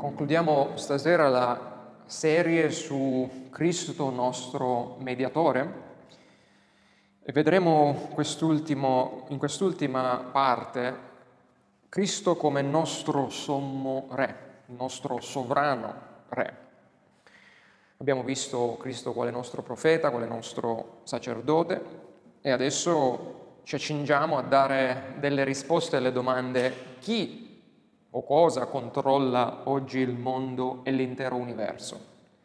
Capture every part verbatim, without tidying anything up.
Concludiamo stasera la serie su Cristo nostro mediatore e vedremo quest'ultimo, in quest'ultima parte Cristo come nostro sommo re, nostro sovrano re. Abbiamo visto Cristo quale nostro profeta, quale nostro sacerdote e adesso ci accingiamo a dare delle risposte alle domande: chi o cosa controlla oggi il mondo e l'intero universo?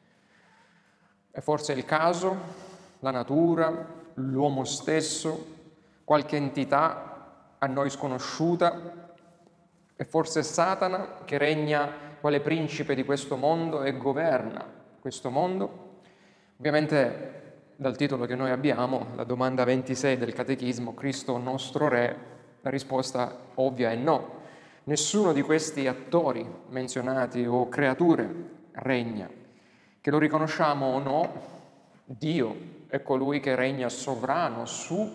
È forse il caso, la natura, l'uomo stesso, qualche entità a noi sconosciuta? È forse Satana che regna quale principe di questo mondo e governa questo mondo? Ovviamente dal titolo che noi abbiamo, la domanda ventisei del Catechismo, Cristo nostro Re, la risposta ovvia è no. Nessuno di questi attori menzionati o creature regna. Che lo riconosciamo o no, Dio è colui che regna sovrano su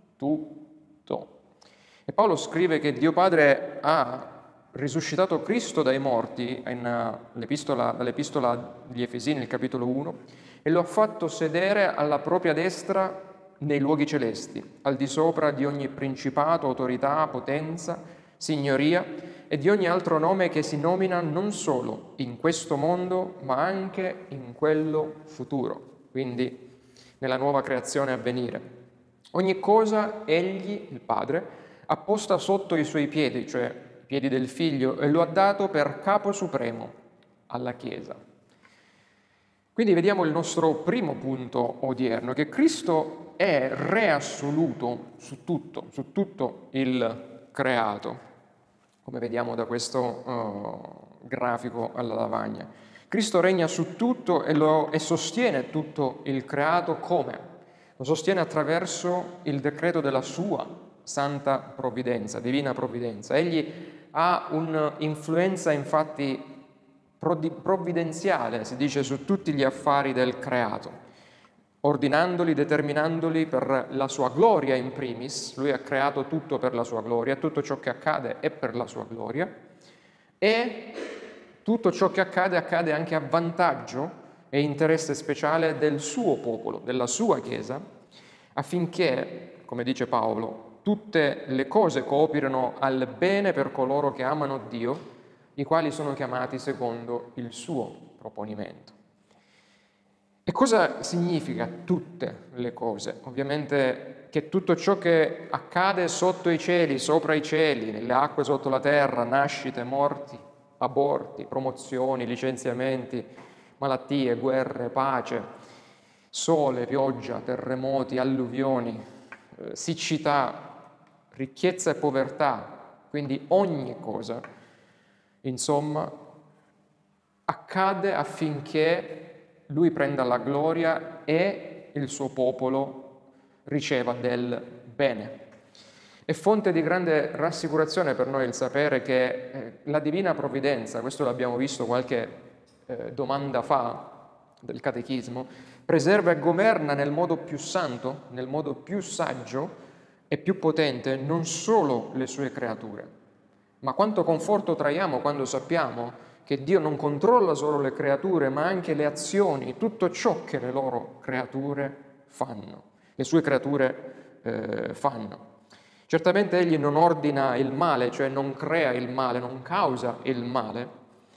tutto. E Paolo scrive che Dio Padre ha risuscitato Cristo dai morti nell'epistola, dall'epistola degli Efesini, nel capitolo uno, e lo ha fatto sedere alla propria destra nei luoghi celesti, al di sopra di ogni principato, autorità, potenza, signoria e di ogni altro nome che si nomina non solo in questo mondo, ma anche in quello futuro, quindi nella nuova creazione a venire. Ogni cosa egli, il Padre, ha posta sotto i suoi piedi, cioè i piedi del Figlio, e lo ha dato per capo supremo alla Chiesa. Quindi vediamo il nostro primo punto odierno, che Cristo è re assoluto su tutto, su tutto il creato, come vediamo da questo uh, grafico alla lavagna. Cristo regna su tutto e, lo, e sostiene tutto il creato come? Lo sostiene attraverso il decreto della sua santa provvidenza, divina provvidenza. Egli ha un'influenza infatti provvidenziale, si dice, su tutti gli affari del creato, ordinandoli, determinandoli per la sua gloria in primis. Lui ha creato tutto per la sua gloria, tutto ciò che accade è per la sua gloria, e tutto ciò che accade accade anche a vantaggio e interesse speciale del suo popolo, della sua Chiesa, affinché, come dice Paolo, tutte le cose cooperino al bene per coloro che amano Dio, i quali sono chiamati secondo il suo proponimento. E cosa significa tutte le cose? Ovviamente che tutto ciò che accade sotto i cieli, sopra i cieli, nelle acque sotto la terra, nascite, morti, aborti, promozioni, licenziamenti, malattie, guerre, pace, sole, pioggia, terremoti, alluvioni, eh, siccità, ricchezza e povertà, quindi ogni cosa, insomma, accade affinché Lui prenda la gloria e il suo popolo riceva del bene. È fonte di grande rassicurazione per noi il sapere che eh, la divina provvidenza, questo l'abbiamo visto qualche eh, domanda fa del Catechismo, preserva e governa nel modo più santo, nel modo più saggio e più potente non solo le sue creature, ma quanto conforto traiamo quando sappiamo che Dio non controlla solo le creature, ma anche le azioni, tutto ciò che le loro creature fanno, le sue creature eh, fanno. Certamente Egli non ordina il male, cioè non crea il male, non causa il male.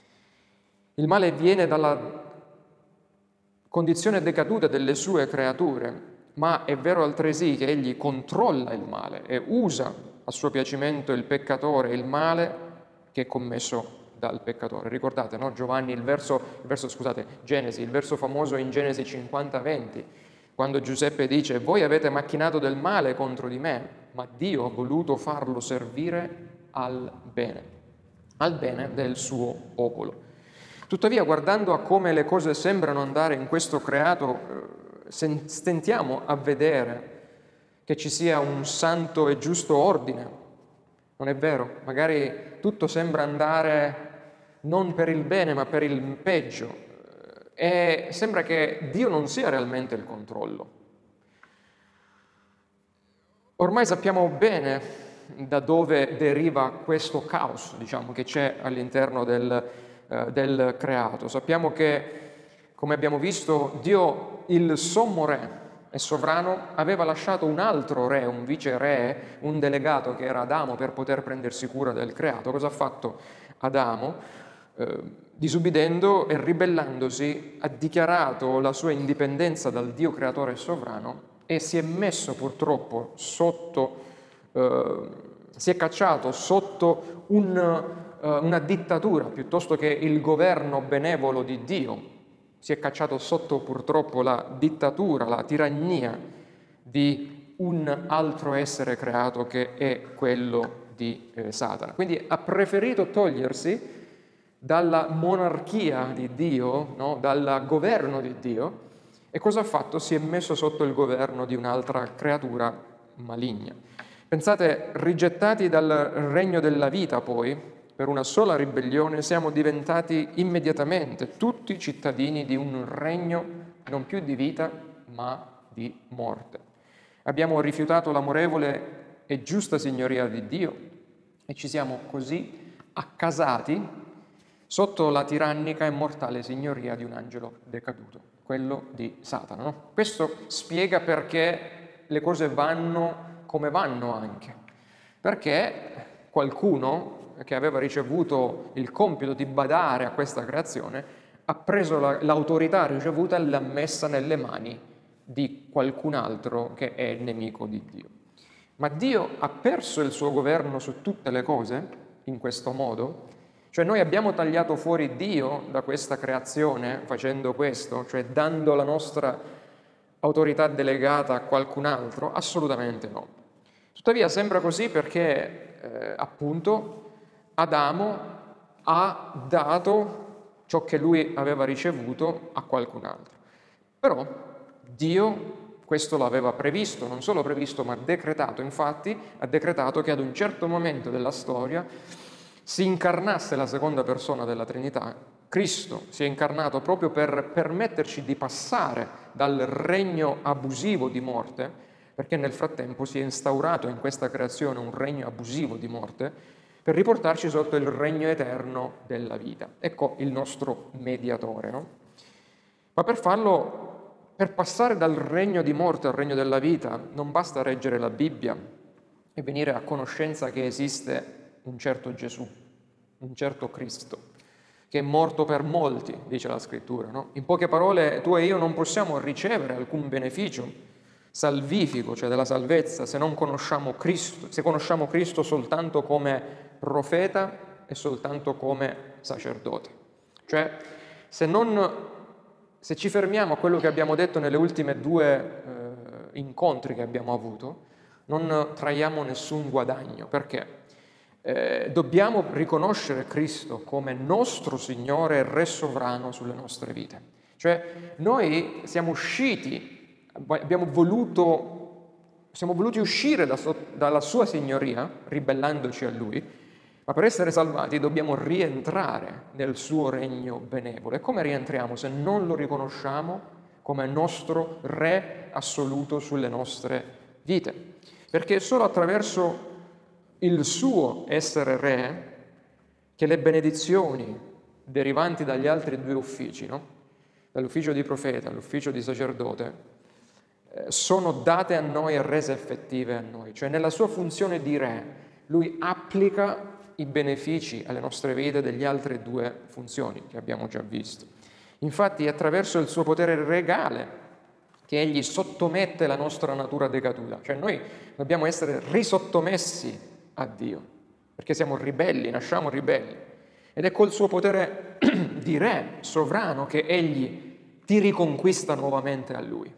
Il male viene dalla condizione decaduta delle sue creature, ma è vero altresì che Egli controlla il male e usa a suo piacimento il peccatore, il male che è commesso dal peccatore. Ricordate, no? Giovanni, il verso, il verso, scusate, Genesi, il verso famoso in Genesi cinquanta venti, quando Giuseppe dice: voi avete macchinato del male contro di me, ma Dio ha voluto farlo servire al bene, al bene del suo popolo. Tuttavia, guardando a come le cose sembrano andare in questo creato, stentiamo a vedere che ci sia un santo e giusto ordine. Non è vero? Magari tutto sembra andare non per il bene, ma per il peggio. E sembra che Dio non sia realmente il controllo. Ormai sappiamo bene da dove deriva questo caos, diciamo, che c'è all'interno del, eh, del creato. Sappiamo che, come abbiamo visto, Dio, il sommo re e sovrano, aveva lasciato un altro re, un viceré, un delegato che era Adamo per poter prendersi cura del creato. Cosa ha fatto Adamo? Eh, disubbidendo e ribellandosi, ha dichiarato la sua indipendenza dal Dio creatore e sovrano e si è messo purtroppo sotto, eh, si è cacciato sotto un, eh, una dittatura piuttosto che il governo benevolo di Dio. Si è cacciato sotto purtroppo la dittatura, la tirannia di un altro essere creato che è quello di eh, Satana. Quindi ha preferito togliersi dalla monarchia di Dio, no? Dal governo di Dio, e cosa ha fatto? Si è messo sotto il governo di un'altra creatura maligna. Pensate, rigettati dal regno della vita poi, per una sola ribellione siamo diventati immediatamente tutti cittadini di un regno non più di vita, ma di morte. Abbiamo rifiutato l'amorevole e giusta signoria di Dio e ci siamo così accasati sotto la tirannica e mortale signoria di un angelo decaduto, quello di Satana. No? Questo spiega perché le cose vanno come vanno anche, perché qualcuno che aveva ricevuto il compito di badare a questa creazione, ha preso la, l'autorità ricevuta e l'ha messa nelle mani di qualcun altro che è nemico di Dio. Ma Dio ha perso il suo governo su tutte le cose in questo modo? Cioè noi abbiamo tagliato fuori Dio da questa creazione facendo questo, cioè dando la nostra autorità delegata a qualcun altro? Assolutamente no. Tuttavia sembra così perché eh, appunto Adamo ha dato ciò che lui aveva ricevuto a qualcun altro. Però Dio questo l'aveva previsto, non solo previsto ma decretato. Infatti ha decretato che ad un certo momento della storia si incarnasse la seconda persona della Trinità. Cristo si è incarnato proprio per permetterci di passare dal regno abusivo di morte, perché nel frattempo si è instaurato in questa creazione un regno abusivo di morte, per riportarci sotto il regno eterno della vita. Ecco il nostro mediatore, no? Ma per farlo, per passare dal regno di morte al regno della vita, non basta leggere la Bibbia e venire a conoscenza che esiste un certo Gesù, un certo Cristo, che è morto per molti, dice la Scrittura, no? In poche parole, tu e io non possiamo ricevere alcun beneficio salvifico, cioè della salvezza, se non conosciamo Cristo, se conosciamo Cristo soltanto come profeta e soltanto come sacerdote. Cioè, se non, se ci fermiamo a quello che abbiamo detto nelle ultime due eh, incontri che abbiamo avuto, non traiamo nessun guadagno. Perché? Eh, dobbiamo riconoscere Cristo come nostro Signore e Re sovrano sulle nostre vite. Cioè, noi siamo usciti Abbiamo voluto, siamo voluti uscire da so, dalla sua signoria, ribellandoci a Lui, ma per essere salvati dobbiamo rientrare nel suo regno benevolo. E come rientriamo se non lo riconosciamo come nostro Re assoluto sulle nostre vite? Perché è solo attraverso il suo essere Re che le benedizioni derivanti dagli altri due uffici, no? Dall'ufficio di profeta, all'ufficio di sacerdote, sono date a noi e rese effettive a noi. Cioè nella sua funzione di re, lui applica i benefici alle nostre vite degli altre due funzioni che abbiamo già visto. Infatti è attraverso il suo potere regale che egli sottomette la nostra natura decaduta. Cioè noi dobbiamo essere risottomessi a Dio, perché siamo ribelli, nasciamo ribelli. Ed è col suo potere di re sovrano che egli ti riconquista nuovamente a lui.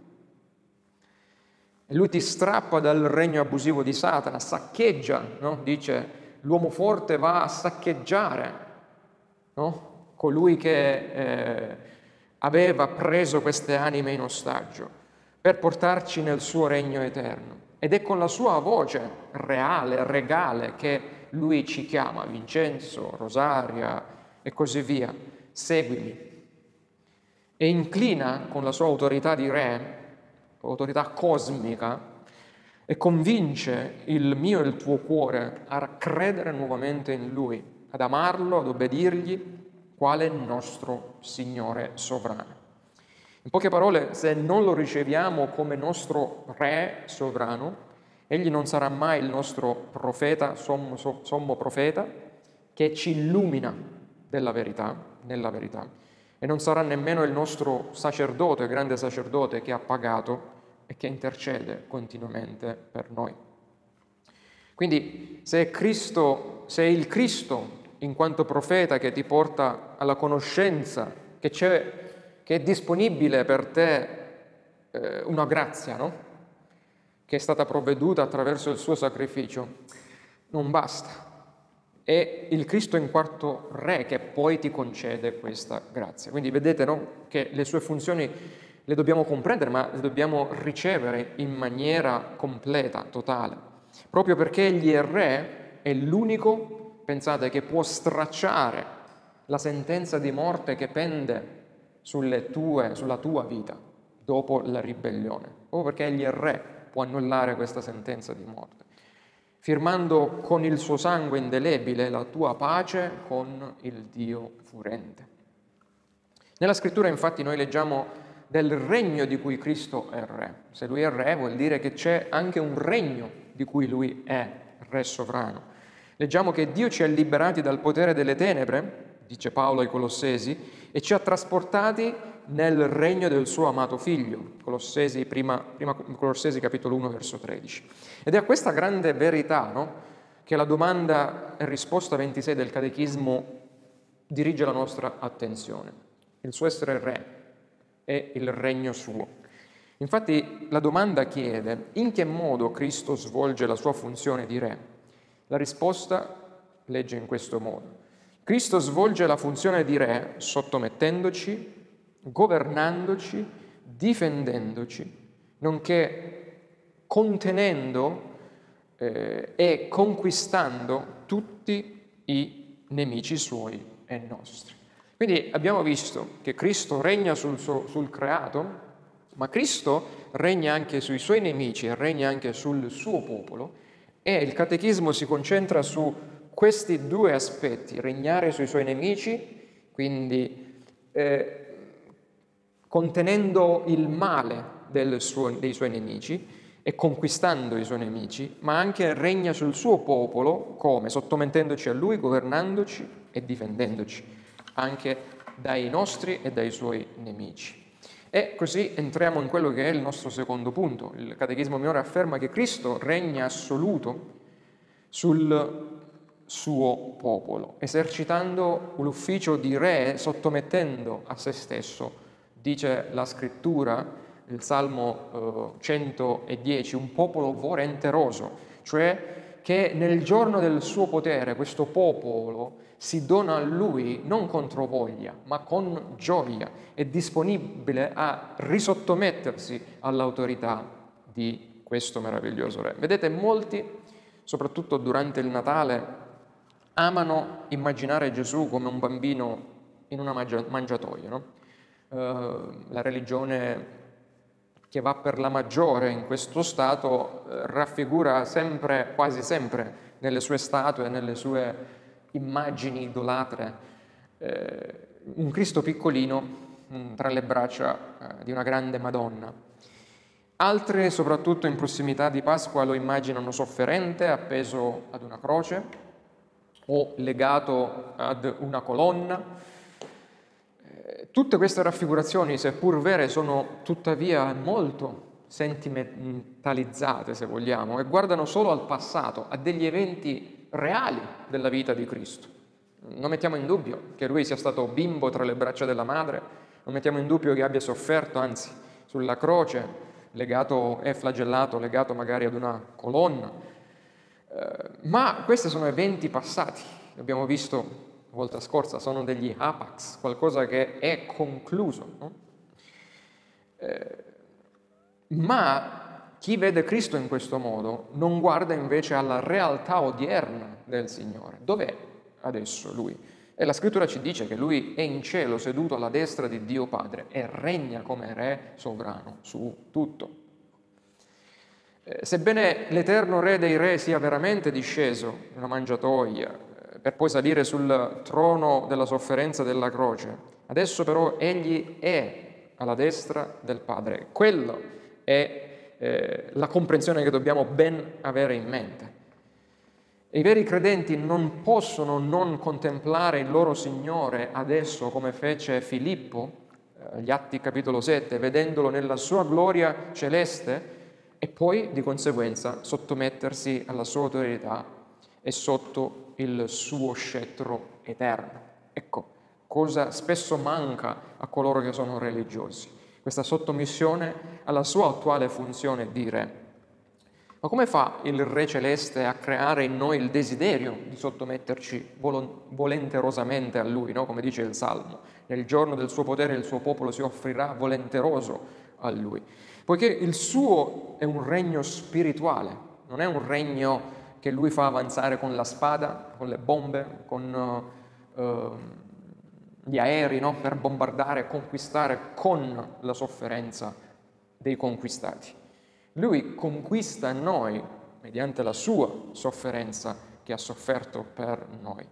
E lui ti strappa dal regno abusivo di Satana, saccheggia, no? Dice, l'uomo forte va a saccheggiare, no? Colui che eh, aveva preso queste anime in ostaggio, per portarci nel suo regno eterno. Ed è con la sua voce reale, regale, che lui ci chiama, Vincenzo, Rosaria e così via, seguimi. E inclina con la sua autorità di re, autorità cosmica, e convince il mio e il tuo cuore a credere nuovamente in Lui, ad amarlo, ad obbedirgli quale nostro Signore sovrano. In poche parole, se non lo riceviamo come nostro Re sovrano, Egli non sarà mai il nostro profeta, sommo, sommo profeta, che ci illumina della verità, nella verità, e non sarà nemmeno il nostro sacerdote, grande sacerdote, che ha pagato e che intercede continuamente per noi. Quindi se è Cristo, se è il Cristo in quanto profeta che ti porta alla conoscenza, che c'è, che è disponibile per te eh, una grazia, no? Che è stata provveduta attraverso il suo sacrificio, non basta. È il Cristo in quanto Re che poi ti concede questa grazia. Quindi vedete, no, che le sue funzioni le dobbiamo comprendere, ma le dobbiamo ricevere in maniera completa, totale. Proprio perché Egli è Re, è l'unico, pensate, che può stracciare la sentenza di morte che pende sulle tue, sulla tua vita dopo la ribellione. Proprio perché Egli è Re, può annullare questa sentenza di morte, firmando con il suo sangue indelebile la tua pace con il Dio furente. Nella scrittura infatti noi leggiamo del regno di cui Cristo è Re. Se Lui è Re vuol dire che c'è anche un regno di cui Lui è Re sovrano. Leggiamo che Dio ci ha liberati dal potere delle tenebre, dice Paolo ai Colossesi, e ci ha trasportati nel regno del suo amato Figlio, Colossesi, prima, prima Colossesi capitolo uno verso tredici. Ed è a questa grande verità, no, che la domanda e risposta ventisei del Catechismo dirige la nostra attenzione. Il suo essere Re e il regno suo. Infatti la domanda chiede: in che modo Cristo svolge la sua funzione di Re? La risposta legge in questo modo: Cristo svolge la funzione di Re sottomettendoci, governandoci, difendendoci, nonché contenendo eh, e conquistando tutti i nemici suoi e nostri. Quindi abbiamo visto che Cristo regna sul, suo, sul creato, ma Cristo regna anche sui suoi nemici e regna anche sul suo popolo, e il Catechismo si concentra su questi due aspetti: regnare sui suoi nemici, quindi eh, contenendo il male del suo, dei suoi nemici e conquistando i suoi nemici, ma anche regna sul suo popolo, come? Sottomettendoci a Lui, governandoci e difendendoci anche dai nostri e dai suoi nemici. E così entriamo in quello che è il nostro secondo punto. Il Catechismo Minore afferma che Cristo regna assoluto sul suo popolo, esercitando l'ufficio di Re, sottomettendo a se stesso, dice la Scrittura, il Salmo eh, centodieci, un popolo volenteroso, cioè che nel giorno del suo potere questo popolo si dona a Lui non contro voglia, ma con gioia, è disponibile a risottomettersi all'autorità di questo meraviglioso Re. Vedete, molti, soprattutto durante il Natale, amano immaginare Gesù come un bambino in una mangiatoia, no? Uh, la religione che va per la maggiore in questo stato eh, raffigura sempre, quasi sempre, nelle sue statue, nelle sue immagini idolatre, eh, un Cristo piccolino mh, tra le braccia eh, di una grande Madonna. Altre, soprattutto in prossimità di Pasqua, lo immaginano sofferente, appeso ad una croce o legato ad una colonna. Tutte queste raffigurazioni, seppur vere, sono tuttavia molto sentimentalizzate, se vogliamo, e guardano solo al passato, a degli eventi reali della vita di Cristo. Non mettiamo in dubbio che Lui sia stato bimbo tra le braccia della madre, non mettiamo in dubbio che abbia sofferto, anzi, sulla croce, legato e flagellato, legato magari ad una colonna. Eh, ma questi sono eventi passati, abbiamo visto la volta scorsa, sono degli apax, qualcosa che è concluso, no? Eh, ma chi vede Cristo in questo modo non guarda invece alla realtà odierna del Signore. Dov'è adesso Lui? E la Scrittura ci dice che Lui è in cielo, seduto alla destra di Dio Padre, e regna come Re sovrano su tutto. Eh, sebbene l'eterno Re dei Re sia veramente disceso in una mangiatoia, per poi salire sul trono della sofferenza della croce. Adesso però egli è alla destra del Padre. Quello è eh, la comprensione che dobbiamo ben avere in mente. I veri credenti non possono non contemplare il loro Signore adesso, come fece Filippo, eh, gli Atti capitolo sette, vedendolo nella sua gloria celeste, e poi di conseguenza sottomettersi alla sua autorità e sotto il suo scettro eterno. Ecco, cosa spesso manca a coloro che sono religiosi. Questa sottomissione alla sua attuale funzione di re. Ma come fa il Re Celeste a creare in noi il desiderio di sottometterci volenterosamente a Lui, no? Come dice il Salmo, nel giorno del suo potere il suo popolo si offrirà volenteroso a Lui, poiché il suo è un regno spirituale, non è un regno che Lui fa avanzare con la spada, con le bombe, con uh, gli aerei, no? Per bombardare e conquistare con la sofferenza dei conquistati. Lui conquista noi mediante la sua sofferenza che ha sofferto per noi.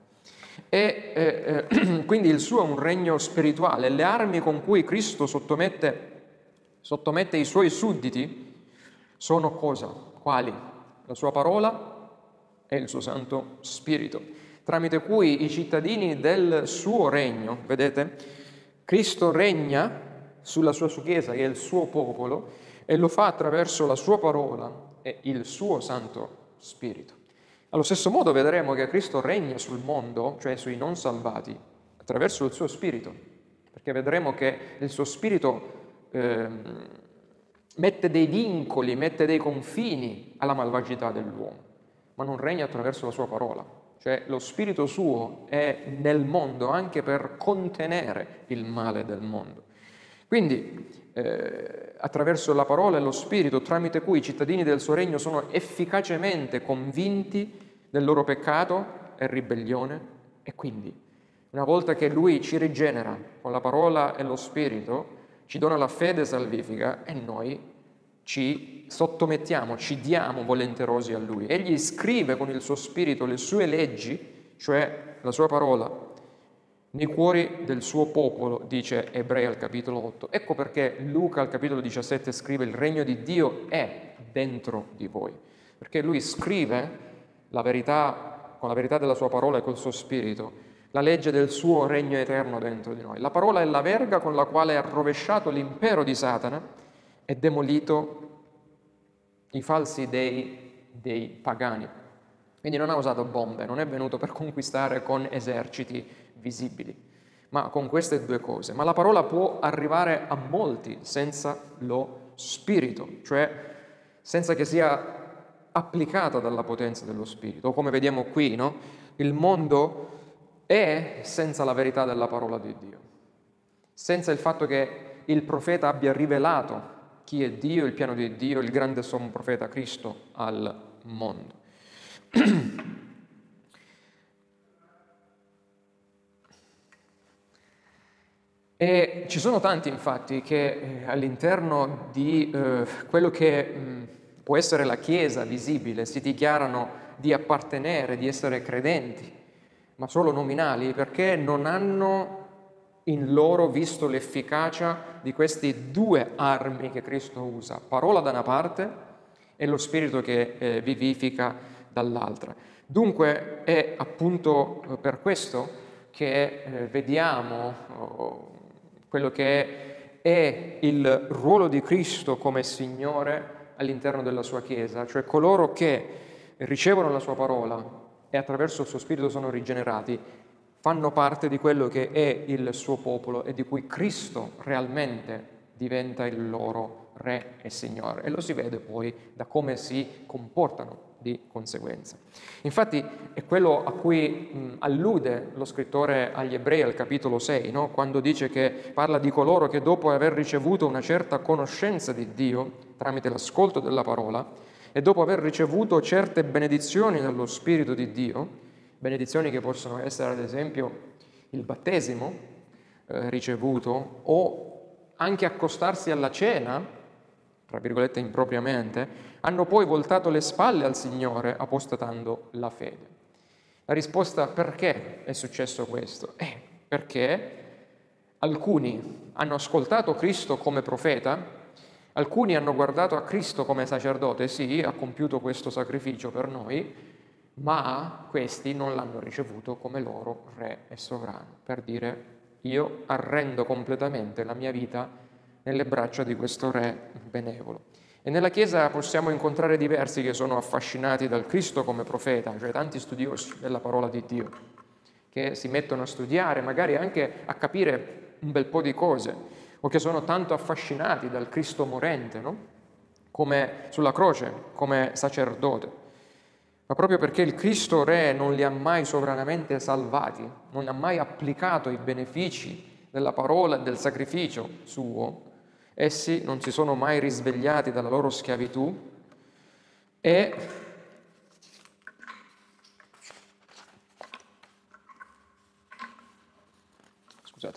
E eh, eh, quindi il suo è un regno spirituale. Le armi con cui Cristo sottomette, sottomette i suoi sudditi sono cosa? Quali? La sua parola e il suo Santo Spirito, tramite cui i cittadini del suo regno, vedete, Cristo regna sulla sua Chiesa, che è il suo popolo, e lo fa attraverso la sua parola e il suo Santo Spirito. Allo stesso modo vedremo che Cristo regna sul mondo, cioè sui non salvati, attraverso il suo Spirito, perché vedremo che il suo Spirito eh, mette dei vincoli, mette dei confini alla malvagità dell'uomo, ma non regna attraverso la sua parola. Cioè lo Spirito suo è nel mondo anche per contenere il male del mondo. Quindi eh, attraverso la parola e lo Spirito, tramite cui i cittadini del suo regno sono efficacemente convinti del loro peccato e ribellione, e quindi una volta che Lui ci rigenera con la parola e lo Spirito, ci dona la fede salvifica e noi ci sottomettiamo, ci diamo volenterosi a Lui. Egli scrive con il suo Spirito le sue leggi, cioè la sua parola, nei cuori del suo popolo, dice Ebrei al capitolo otto. Ecco perché Luca al capitolo diciassette scrive: il regno di Dio è dentro di voi, perché Lui scrive la verità con la verità della sua parola e col suo Spirito, la legge del suo regno eterno dentro di noi. La parola è la verga con la quale ha rovesciato l'impero di Satana e demolito i falsi dei dei pagani. Quindi non ha usato bombe, non è venuto per conquistare con eserciti visibili, ma con queste due cose. Ma la parola può arrivare a molti senza lo Spirito, cioè senza che sia applicata dalla potenza dello Spirito. O come vediamo qui, no? Il mondo è senza la verità della parola di Dio, senza il fatto che il profeta abbia rivelato chi è Dio, il piano di Dio, il grande sommo profeta Cristo al mondo. E ci sono tanti, infatti, che eh, all'interno di eh, quello che mh, può essere la Chiesa visibile si dichiarano di appartenere, di essere credenti, ma solo nominali, perché non hanno in loro visto l'efficacia di queste due armi che Cristo usa, parola da una parte e lo Spirito che eh, vivifica dall'altra. Dunque è appunto per questo che eh, vediamo oh, quello che è il ruolo di Cristo come Signore all'interno della sua Chiesa, cioè coloro che ricevono la sua parola e attraverso il suo Spirito sono rigenerati, fanno parte di quello che è il suo popolo e di cui Cristo realmente diventa il loro Re e Signore. E lo si vede poi da come si comportano di conseguenza. Infatti è quello a cui mh, allude lo scrittore agli Ebrei al capitolo sei, no? Quando dice che parla di coloro che dopo aver ricevuto una certa conoscenza di Dio tramite l'ascolto della parola e dopo aver ricevuto certe benedizioni dallo Spirito di Dio, benedizioni che possono essere ad esempio il battesimo eh, ricevuto o anche accostarsi alla cena, tra virgolette impropriamente, hanno poi voltato le spalle al Signore apostatando la fede. La risposta perché è successo questo? Eh, perché alcuni hanno ascoltato Cristo come profeta, alcuni hanno guardato a Cristo come sacerdote, sì, ha compiuto questo sacrificio per noi, ma questi non l'hanno ricevuto come loro re e sovrano, per dire io arrendo completamente la mia vita nelle braccia di questo re benevolo. E nella Chiesa possiamo incontrare diversi che sono affascinati dal Cristo come profeta, cioè tanti studiosi della parola di Dio, che si mettono a studiare, magari anche a capire un bel po' di cose, o che sono tanto affascinati dal Cristo morente, no? Come sulla croce, come sacerdote. Ma proprio perché il Cristo Re non li ha mai sovranamente salvati, non ha mai applicato i benefici della parola e del sacrificio suo, essi non si sono mai risvegliati dalla loro schiavitù e scusate,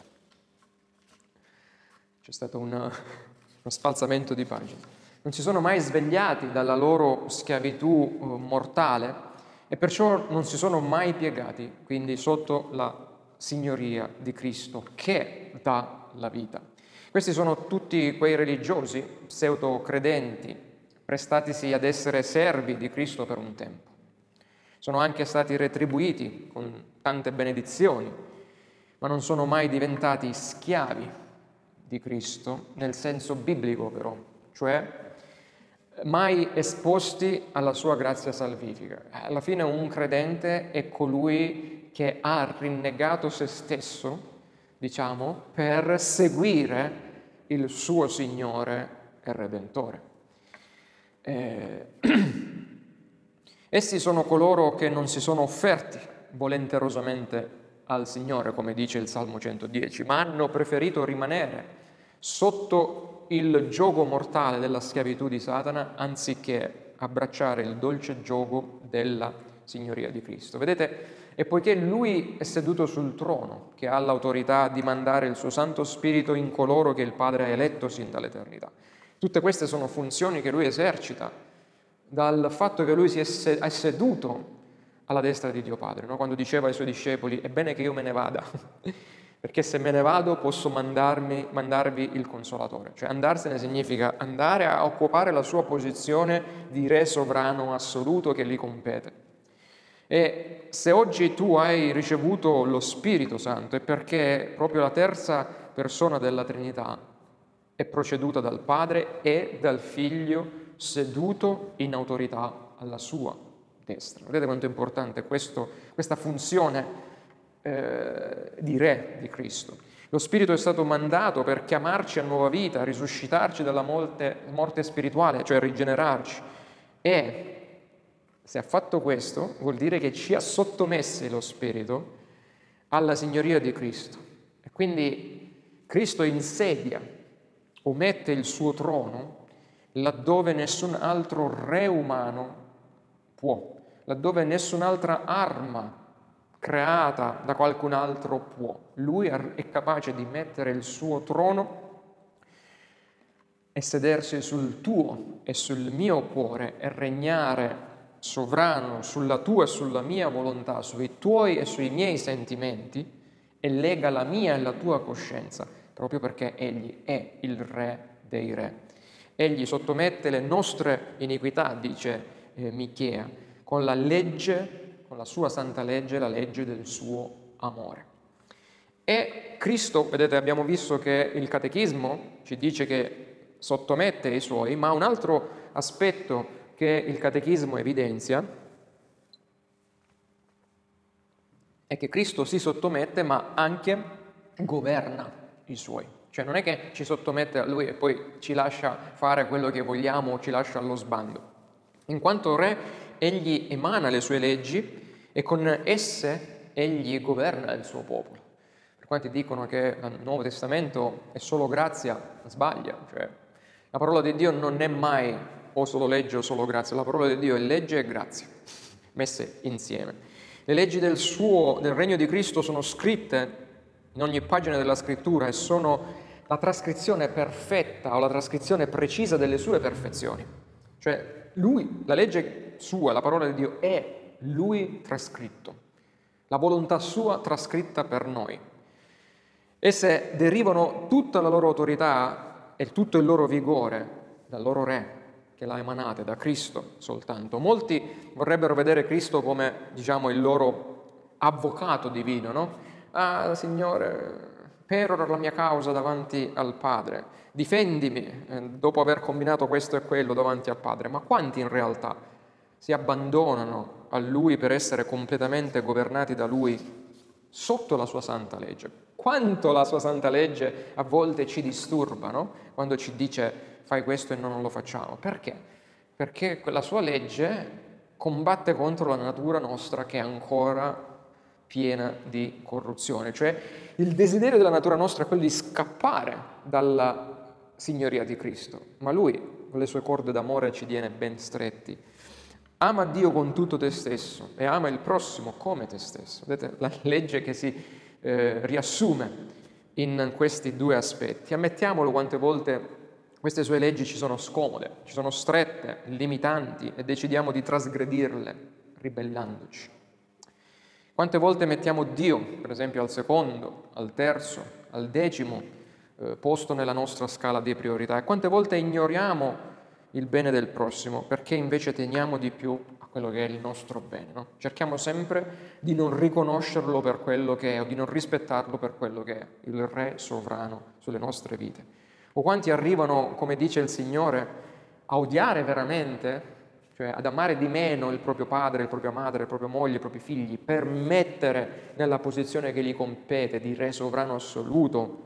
c'è stato un, uno sfalsamento di pagina. Non si sono mai svegliati dalla loro schiavitù uh, mortale e perciò non si sono mai piegati, quindi sotto la signoria di Cristo che dà la vita. Questi sono tutti quei religiosi, pseudo-credenti, prestatisi ad essere servi di Cristo per un tempo. Sono anche stati retribuiti con tante benedizioni, ma non sono mai diventati schiavi di Cristo, nel senso biblico però, cioè mai esposti alla sua grazia salvifica. Alla fine un credente è colui che ha rinnegato se stesso, diciamo, per seguire il suo Signore e Redentore. Eh, essi sono coloro che non si sono offerti volenterosamente al Signore, come dice il Salmo centodieci, ma hanno preferito rimanere sotto il giogo mortale della schiavitù di Satana, anziché abbracciare il dolce giogo della signoria di Cristo. Vedete? E poiché Lui è seduto sul trono, che ha l'autorità di mandare il suo Santo Spirito in coloro che il Padre ha eletto sin dall'eternità. Tutte queste sono funzioni che Lui esercita dal fatto che Lui si è seduto alla destra di Dio Padre, no? Quando diceva ai Suoi discepoli, è bene che io me ne vada, perché se me ne vado posso mandarmi, mandarvi il Consolatore. Cioè andarsene significa andare a occupare la sua posizione di Re sovrano assoluto che gli compete. E se oggi tu hai ricevuto lo Spirito Santo è perché proprio la terza persona della Trinità è proceduta dal Padre e dal Figlio seduto in autorità alla sua destra. Vedete quanto è importante questo, questa funzione eh, di Re di Cristo. Lo Spirito è stato mandato per chiamarci a nuova vita, risuscitarci dalla morte, morte spirituale, cioè rigenerarci. E se ha fatto questo, vuol dire che ci ha sottomessi lo Spirito alla signoria di Cristo. E quindi Cristo insedia o mette il suo trono laddove nessun altro re umano può, laddove nessun'altra arma creata da qualcun altro può. Lui è capace di mettere il suo trono e sedersi sul tuo e sul mio cuore e regnare sovrano sulla tua e sulla mia volontà, sui tuoi e sui miei sentimenti, e lega la mia e la tua coscienza, proprio perché Egli è il Re dei Re. Egli sottomette le nostre iniquità, dice eh, Michea, con la legge, con la sua santa legge, la legge del suo amore. E Cristo, vedete, abbiamo visto che il Catechismo ci dice che sottomette i suoi, ma un altro aspetto che il Catechismo evidenzia è che Cristo si sottomette ma anche governa i suoi. Cioè non è che ci sottomette a Lui e poi ci lascia fare quello che vogliamo o ci lascia allo sbando. In quanto Re, Egli emana le sue leggi e con esse Egli governa il suo popolo. Per quanti dicono che il Nuovo Testamento è solo grazia, sbaglia. Cioè, la parola di Dio non è mai o solo legge o solo grazia. La parola di Dio è legge e grazia, messe insieme. Le leggi del suo, del regno di Cristo sono scritte in ogni pagina della Scrittura e sono la trascrizione perfetta o la trascrizione precisa delle sue perfezioni. Cioè, lui, la legge sua, la parola di Dio, è lui trascritto. la volontà sua trascritta per noi. Esse derivano tutta la loro autorità e tutto il loro vigore dal loro Re, che l'ha emanata, da Cristo soltanto. Molti vorrebbero vedere Cristo come, diciamo, il loro avvocato divino, no? Ah, Signore, perora la mia causa davanti al Padre, difendimi eh, dopo aver combinato questo e quello davanti al Padre. Ma quanti in realtà si abbandonano a Lui per essere completamente governati da Lui sotto la sua santa legge? Quanto la sua santa legge a volte ci disturba, no? Quando ci dice fai questo e noi non lo facciamo. Perché? Perché quella sua legge combatte contro la natura nostra che è ancora piena di corruzione. Cioè il desiderio della natura nostra è quello di scappare dalla signoria di Cristo, ma Lui con le sue corde d'amore ci tiene ben stretti. Ama Dio con tutto te stesso e ama il prossimo come te stesso. Vedete la legge che si eh, riassume in questi due aspetti. Ammettiamolo, quante volte queste sue leggi ci sono scomode, ci sono strette, limitanti e decidiamo di trasgredirle ribellandoci. Quante volte mettiamo Dio, per esempio, al secondo, al terzo, al decimo eh, posto nella nostra scala di priorità, e quante volte ignoriamo il bene del prossimo perché invece teniamo di più a quello che è il nostro bene, no? Cerchiamo sempre di non riconoscerlo per quello che è o di non rispettarlo per quello che è, il Re sovrano sulle nostre vite. O quanti arrivano, come dice il Signore, a odiare veramente, cioè ad amare di meno il proprio padre, la propria madre, la propria moglie, i propri figli, per mettere nella posizione che gli compete di Re sovrano assoluto,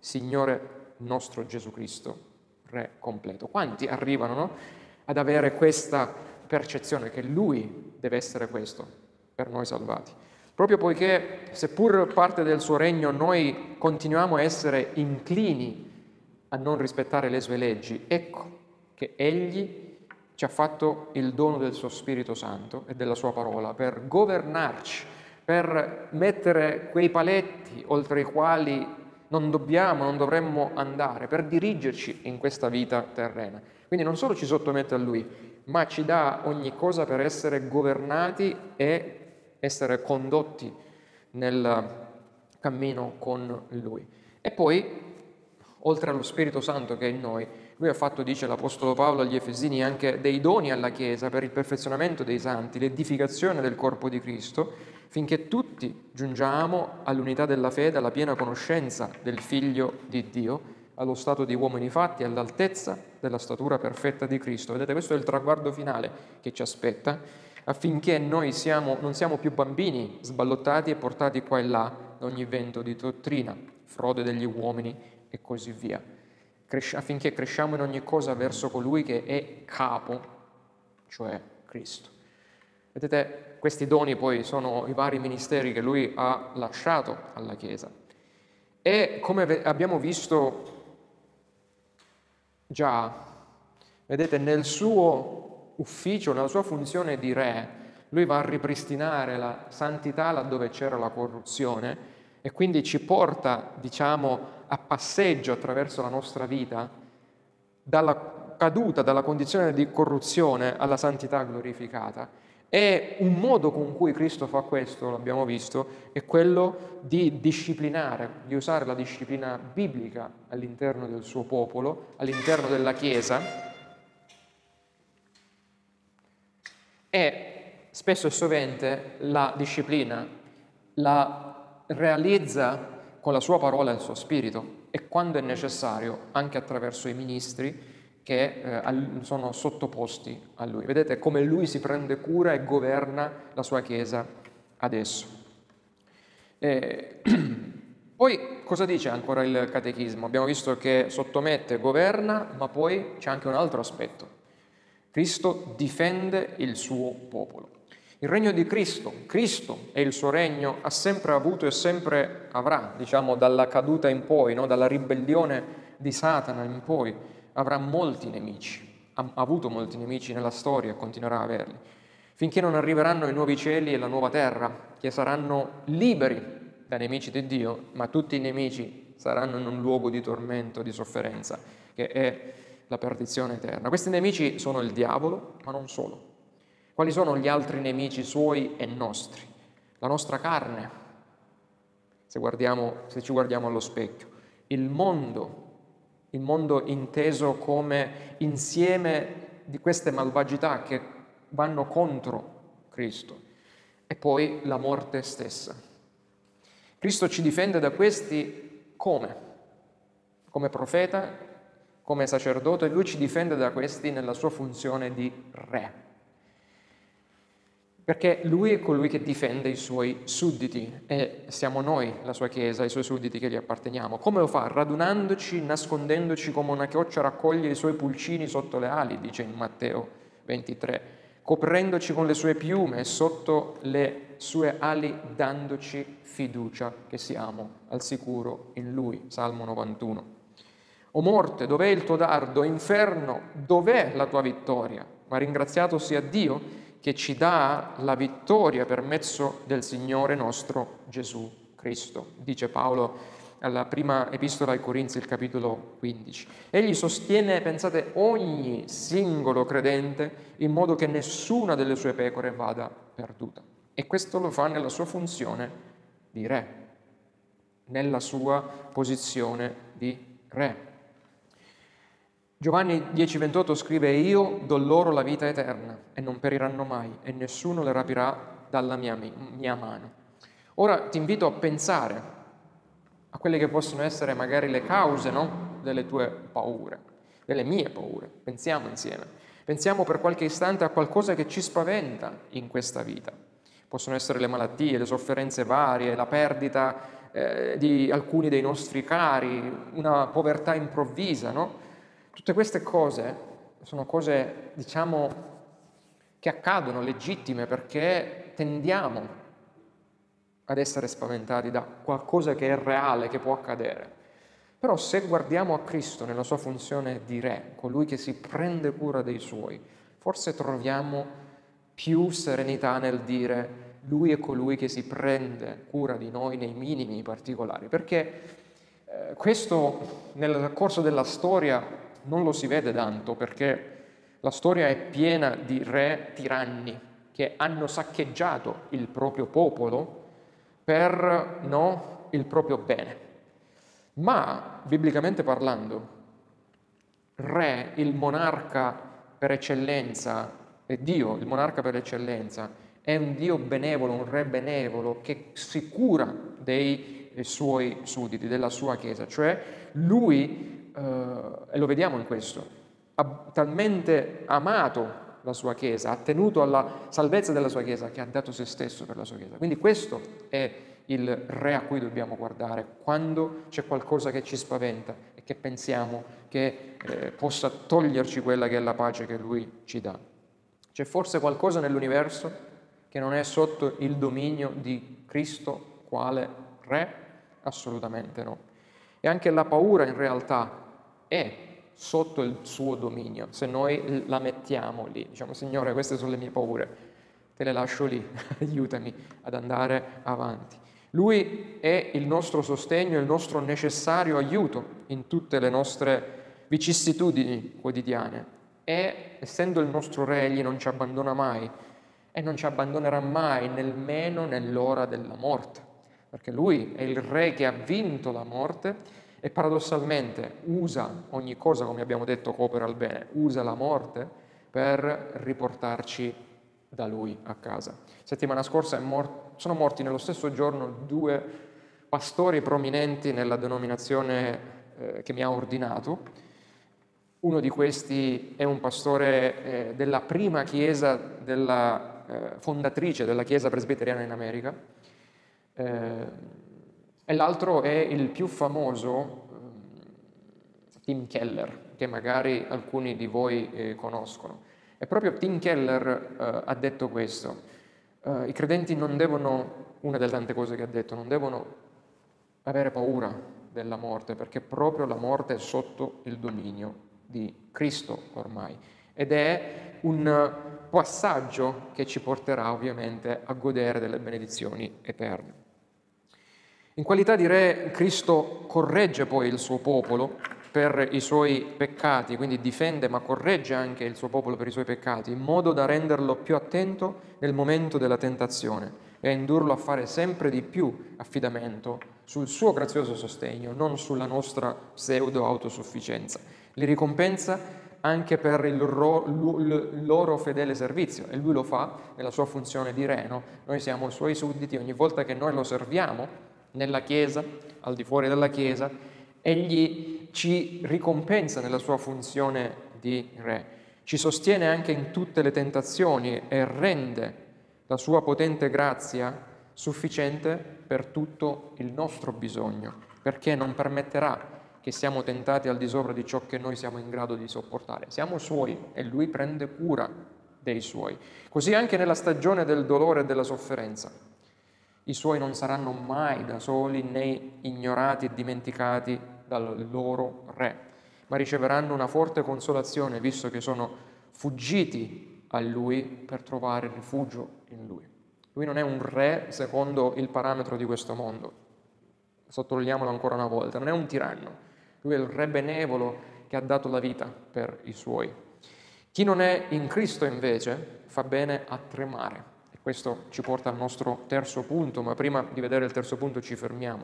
Signore nostro Gesù Cristo, Re completo. Quanti arrivano, no, ad avere questa percezione che Lui deve essere questo per noi salvati? Proprio poiché, seppur parte del suo regno, noi continuiamo a essere inclini a non rispettare le sue leggi, ecco che Egli ci ha fatto il dono del suo Spirito Santo e della sua parola per governarci, per mettere quei paletti oltre i quali non dobbiamo, non dovremmo andare, per dirigerci in questa vita terrena. Quindi non solo ci sottomette a Lui, ma ci dà ogni cosa per essere governati e essere condotti nel cammino con Lui. E poi, oltre allo Spirito Santo che è in noi, Lui ha fatto, dice l'Apostolo Paolo agli Efesini, anche dei doni alla Chiesa per il perfezionamento dei santi, l'edificazione del corpo di Cristo, finché tutti giungiamo all'unità della fede, alla piena conoscenza del Figlio di Dio, allo stato di uomini fatti, all'altezza della statura perfetta di Cristo. Vedete, questo è il traguardo finale che ci aspetta, affinché noi siamo, non siamo più bambini sballottati e portati qua e là da ogni vento di dottrina, frode degli uomini e così via, Cresci- affinché cresciamo in ogni cosa verso colui che è capo, cioè Cristo. Vedete, questi doni poi sono i vari ministeri che Lui ha lasciato alla Chiesa. E come abbiamo visto già, vedete, nel suo ufficio, nella sua funzione di Re, Lui va a ripristinare la santità laddove c'era la corruzione e quindi ci porta, diciamo, a passeggio attraverso la nostra vita dalla caduta, dalla condizione di corruzione alla santità glorificata. E un modo con cui Cristo fa questo, l'abbiamo visto, è quello di disciplinare, di usare la disciplina biblica all'interno del suo popolo, all'interno della Chiesa, e spesso e sovente la disciplina la realizza con la sua parola e il suo spirito, e quando è necessario anche attraverso i ministri che eh, sono sottoposti a Lui. Vedete come Lui si prende cura e governa la sua Chiesa adesso. E poi cosa dice ancora il Catechismo? Abbiamo visto che sottomette, governa, ma poi c'è anche un altro aspetto. Cristo difende il suo popolo. Il regno di Cristo, Cristo e il suo regno ha sempre avuto e sempre avrà, diciamo dalla caduta in poi, no? Dalla ribellione di Satana in poi, avrà molti nemici, ha avuto molti nemici nella storia e continuerà a averli, finché non arriveranno i nuovi cieli e la nuova terra, che saranno liberi dai nemici di Dio, ma tutti i nemici saranno in un luogo di tormento, di sofferenza, che è la perdizione eterna. Questi nemici sono il diavolo, ma non solo. Quali sono gli altri nemici suoi e nostri? la nostra carne, se, guardiamo, se ci guardiamo allo specchio, il mondo, il mondo inteso come insieme di queste malvagità che vanno contro Cristo, e poi la morte stessa. Cristo ci difende da questi come? Come profeta, come sacerdote, lui ci difende da questi nella sua funzione di re. Perché lui è colui che difende i suoi sudditi e siamo noi, la sua Chiesa, i suoi sudditi che gli apparteniamo. Come lo fa? Radunandoci, nascondendoci come una chioccia raccoglie i suoi pulcini sotto le ali, dice in Matteo ventitré, coprendoci con le sue piume e sotto le sue ali dandoci fiducia che siamo al sicuro in Lui, Salmo novantuno. O morte, dov'è il tuo dardo? Inferno, dov'è la tua vittoria? Ma ringraziato sia Dio che ci dà la vittoria per mezzo del Signore nostro Gesù Cristo, dice Paolo alla prima epistola ai Corinzi, il capitolo quindici. Egli sostiene, pensate, ogni singolo credente in modo che nessuna delle sue pecore vada perduta. E questo lo fa nella sua funzione di re, nella sua posizione di re. Giovanni dieci ventotto scrive: io do loro la vita eterna e non periranno mai e nessuno le rapirà dalla mia, mia mano. Ora ti invito a pensare a quelle che possono essere magari le cause, no? Delle tue paure, delle mie paure. Pensiamo insieme. Pensiamo per qualche istante a qualcosa che ci spaventa in questa vita. Possono essere le malattie, le sofferenze varie, la perdita eh, di alcuni dei nostri cari, una povertà improvvisa, no? Tutte queste cose sono cose, diciamo, che accadono, legittime, perché tendiamo ad essere spaventati da qualcosa che è reale, che può accadere. Però se guardiamo a Cristo nella sua funzione di re, colui che si prende cura dei suoi, forse troviamo più serenità nel dire lui è colui che si prende cura di noi nei minimi particolari, perché eh, questo nel corso della storia non lo si vede tanto, perché la storia è piena di re tiranni che hanno saccheggiato il proprio popolo per no, il proprio bene. Ma, biblicamente parlando, re, il monarca per eccellenza, è Dio, il monarca per eccellenza, è un Dio benevolo, un re benevolo che si cura dei suoi sudditi, della sua Chiesa, cioè lui Uh, e lo vediamo in questo, ha talmente amato la sua Chiesa, ha tenuto alla salvezza della sua Chiesa, che ha dato se stesso per la sua Chiesa. Quindi questo è il re a cui dobbiamo guardare quando c'è qualcosa che ci spaventa e che pensiamo che eh, possa toglierci quella che è la pace che lui ci dà. C'è forse qualcosa nell'universo che non è sotto il dominio di Cristo quale re? Assolutamente no. E anche la paura in realtà è sotto il suo dominio, se noi la mettiamo lì, diciamo: Signore, queste sono le mie paure, te le lascio lì, aiutami ad andare avanti. Lui è il nostro sostegno, il nostro necessario aiuto in tutte le nostre vicissitudini quotidiane e, essendo il nostro Re, Egli non ci abbandona mai e non ci abbandonerà mai, nemmeno nell'ora della morte, perché Lui è il Re che ha vinto la morte e paradossalmente usa ogni cosa, come abbiamo detto, coopera al bene, usa la morte per riportarci da Lui a casa. Settimana scorsa è mor- sono morti nello stesso giorno due pastori prominenti nella denominazione eh, che mi ha ordinato. Uno di questi è un pastore eh, della prima chiesa, della eh, fondatrice della Chiesa presbiteriana in America, eh, e l'altro è il più famoso, eh, Tim Keller, che magari alcuni di voi eh, conoscono. E proprio Tim Keller eh, ha detto questo: eh, i credenti non devono, una delle tante cose che ha detto, non devono avere paura della morte, perché proprio la morte è sotto il dominio di Cristo ormai. Ed è un passaggio che ci porterà ovviamente a godere delle benedizioni eterne. In qualità di re, Cristo corregge poi il suo popolo per i suoi peccati, quindi difende ma corregge anche il suo popolo per i suoi peccati, in modo da renderlo più attento nel momento della tentazione, e a indurlo a fare sempre di più affidamento sul suo grazioso sostegno, non sulla nostra pseudo-autosufficienza. Li ricompensa anche per il, ro- il loro fedele servizio, e lui lo fa nella sua funzione di re, no? Noi siamo suoi sudditi, ogni volta che noi lo serviamo nella Chiesa, al di fuori della Chiesa, egli ci ricompensa nella sua funzione di re, ci sostiene anche in tutte le tentazioni e rende la sua potente grazia sufficiente per tutto il nostro bisogno, perché non permetterà che siamo tentati al di sopra di ciò che noi siamo in grado di sopportare. Siamo suoi e lui prende cura dei suoi. Così anche nella stagione del dolore e della sofferenza. I suoi non saranno mai da soli né ignorati e dimenticati dal loro re, ma riceveranno una forte consolazione, visto che sono fuggiti a lui per trovare rifugio in lui. Lui non è un re secondo il parametro di questo mondo, sottolineiamolo ancora una volta, non è un tiranno. Lui è il re benevolo che ha dato la vita per i suoi. Chi non è in Cristo invece fa bene a tremare. E questo ci porta al nostro terzo punto, ma prima di vedere il terzo punto ci fermiamo.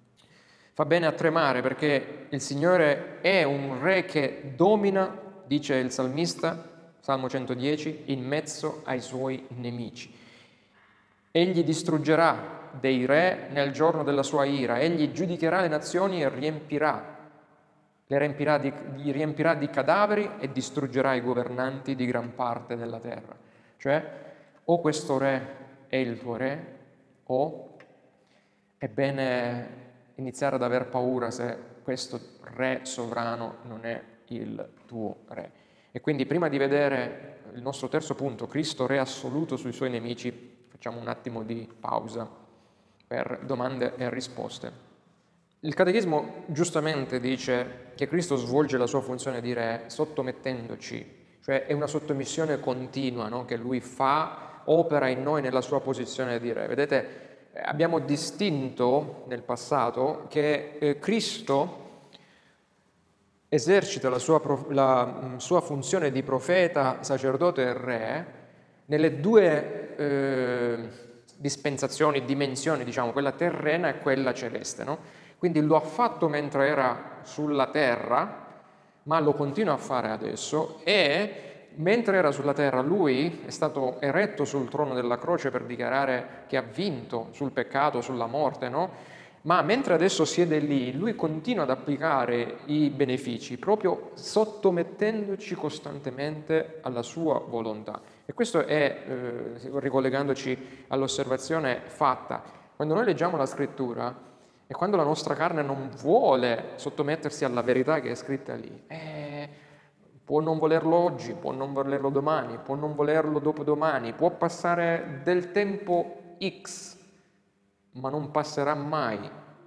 Fa bene a tremare perché il Signore è un re che domina, dice il salmista, Salmo centodieci, in mezzo ai suoi nemici. Egli distruggerà dei re nel giorno della sua ira, egli giudicherà le nazioni e riempirà Le riempirà di, li riempirà di cadaveri e distruggerà i governanti di gran parte della terra. Cioè, o questo re è il tuo re, o è bene iniziare ad aver paura se questo re sovrano non è il tuo re. E quindi prima di vedere il nostro terzo punto, Cristo re assoluto sui suoi nemici, facciamo un attimo di pausa per domande e risposte. Il Catechismo giustamente dice che Cristo svolge la sua funzione di re sottomettendoci, cioè è una sottomissione continua, no? Che lui fa, opera in noi nella sua posizione di re. Vedete, abbiamo distinto nel passato che eh, Cristo esercita la sua, la mh, sua funzione di profeta, sacerdote e re nelle due eh, dispensazioni, dimensioni, diciamo, quella terrena e quella celeste, no? Quindi lo ha fatto mentre era sulla terra, ma lo continua a fare adesso, e mentre era sulla terra lui è stato eretto sul trono della croce per dichiarare che ha vinto sul peccato, sulla morte, no? Ma mentre adesso siede lì, lui continua ad applicare i benefici, proprio sottomettendoci costantemente alla sua volontà. E questo è, eh, ricollegandoci all'osservazione fatta, quando noi leggiamo la scrittura, e quando la nostra carne non vuole sottomettersi alla verità che è scritta lì, eh, può non volerlo oggi, può non volerlo domani, può non volerlo dopodomani, può passare del tempo X, ma non passerà mai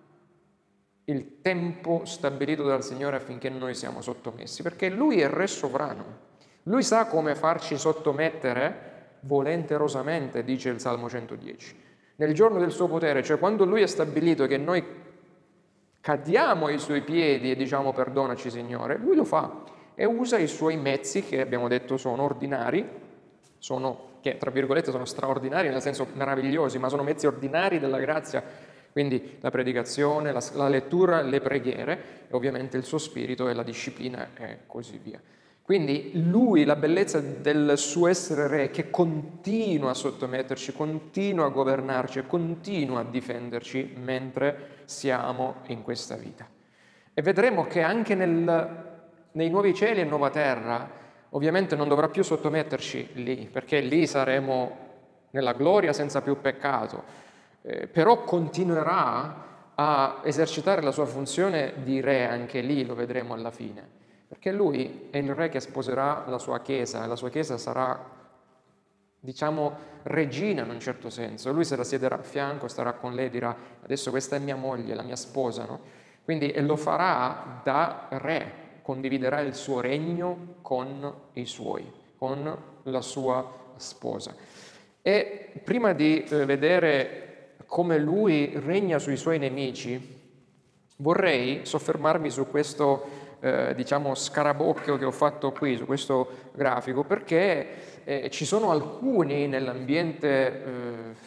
il tempo stabilito dal Signore affinché noi siamo sottomessi, perché Lui è Re sovrano. Lui sa come farci sottomettere volenterosamente, dice il Salmo centodieci. Nel giorno del suo potere, cioè quando Lui ha stabilito che noi cadiamo ai Suoi piedi e diciamo perdonaci Signore, Lui lo fa e usa i Suoi mezzi che abbiamo detto sono ordinari, sono, che tra virgolette sono straordinari nel senso meravigliosi, ma sono mezzi ordinari della grazia, quindi la predicazione, la, la lettura, le preghiere e ovviamente il suo spirito e la disciplina e così via. Quindi lui, la bellezza del suo essere re, che continua a sottometterci, continua a governarci e continua a difenderci mentre siamo in questa vita. E vedremo che anche nel, nei nuovi cieli e nuova terra, ovviamente non dovrà più sottometterci lì, perché lì saremo nella gloria senza più peccato, eh, però continuerà a esercitare la sua funzione di re anche lì, lo vedremo alla fine. Perché lui è il re che sposerà la sua chiesa e la sua chiesa sarà, diciamo, regina in un certo senso. Lui se la siederà a fianco, starà con lei, dirà adesso questa è mia moglie, la mia sposa, no? Quindi e lo farà da re, condividerà il suo regno con i suoi, con la sua sposa. E prima di eh, vedere come lui regna sui suoi nemici, vorrei soffermarmi su questo Eh, diciamo scarabocchio che ho fatto qui su questo grafico, perché eh, ci sono alcuni nell'ambiente eh,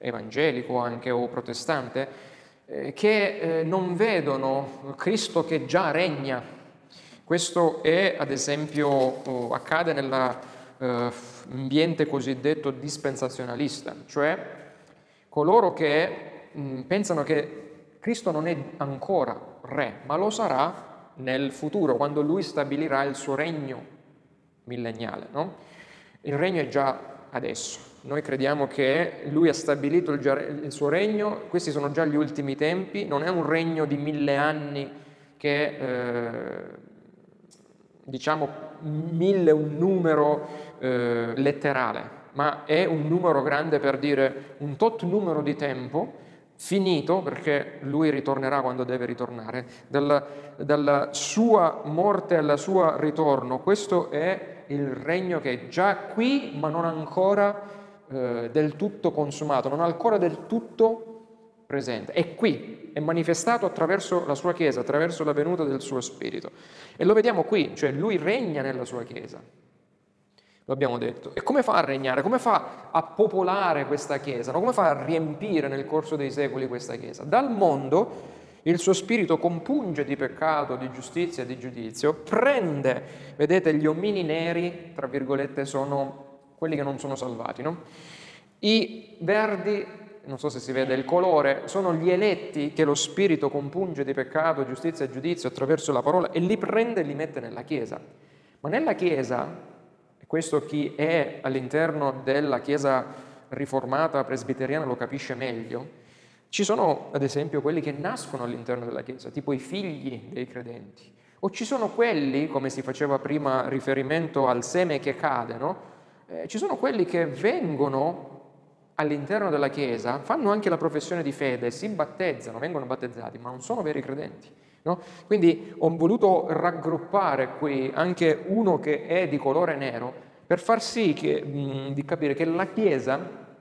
evangelico anche o protestante, eh, che eh, non vedono Cristo che già regna. Questo è, ad esempio, oh, accade nell'ambiente eh, cosiddetto dispensazionalista, cioè coloro che mh, pensano che Cristo non è ancora re, ma lo sarà nel futuro, quando lui stabilirà il suo regno millenniale, no? Il regno è già adesso. Noi crediamo che lui ha stabilito il, il suo regno, questi sono già gli ultimi tempi, non è un regno di mille anni che, eh, diciamo, mille è un numero eh, letterale, ma è un numero grande per dire un tot numero di tempo finito, perché lui ritornerà quando deve ritornare, dalla, dalla sua morte al suo ritorno. Questo è il regno che è già qui, ma non ancora eh, del tutto consumato, non ancora del tutto presente. È qui, è manifestato attraverso la sua Chiesa, attraverso la venuta del suo Spirito. E lo vediamo qui, cioè lui regna nella sua Chiesa. Lo abbiamo detto. E come fa a regnare? Come fa a popolare questa Chiesa? No? Come fa a riempire nel corso dei secoli questa Chiesa? Dal mondo il suo spirito compunge di peccato, di giustizia, di giudizio, prende, vedete, gli omini neri, tra virgolette, sono quelli che non sono salvati, no? I verdi, non so se si vede il colore, sono gli eletti che lo spirito compunge di peccato, giustizia e giudizio attraverso la parola e li prende e li mette nella Chiesa. Ma nella Chiesa, questo chi è all'interno della Chiesa riformata presbiteriana lo capisce meglio, ci sono ad esempio quelli che nascono all'interno della Chiesa, tipo i figli dei credenti, o ci sono quelli, come si faceva prima riferimento al seme che cade, no? Eh, ci sono quelli che vengono all'interno della Chiesa, fanno anche la professione di fede, si battezzano, vengono battezzati, ma non sono veri credenti. No? Quindi ho voluto raggruppare qui anche uno che è di colore nero per far sì che, mh, di capire che la Chiesa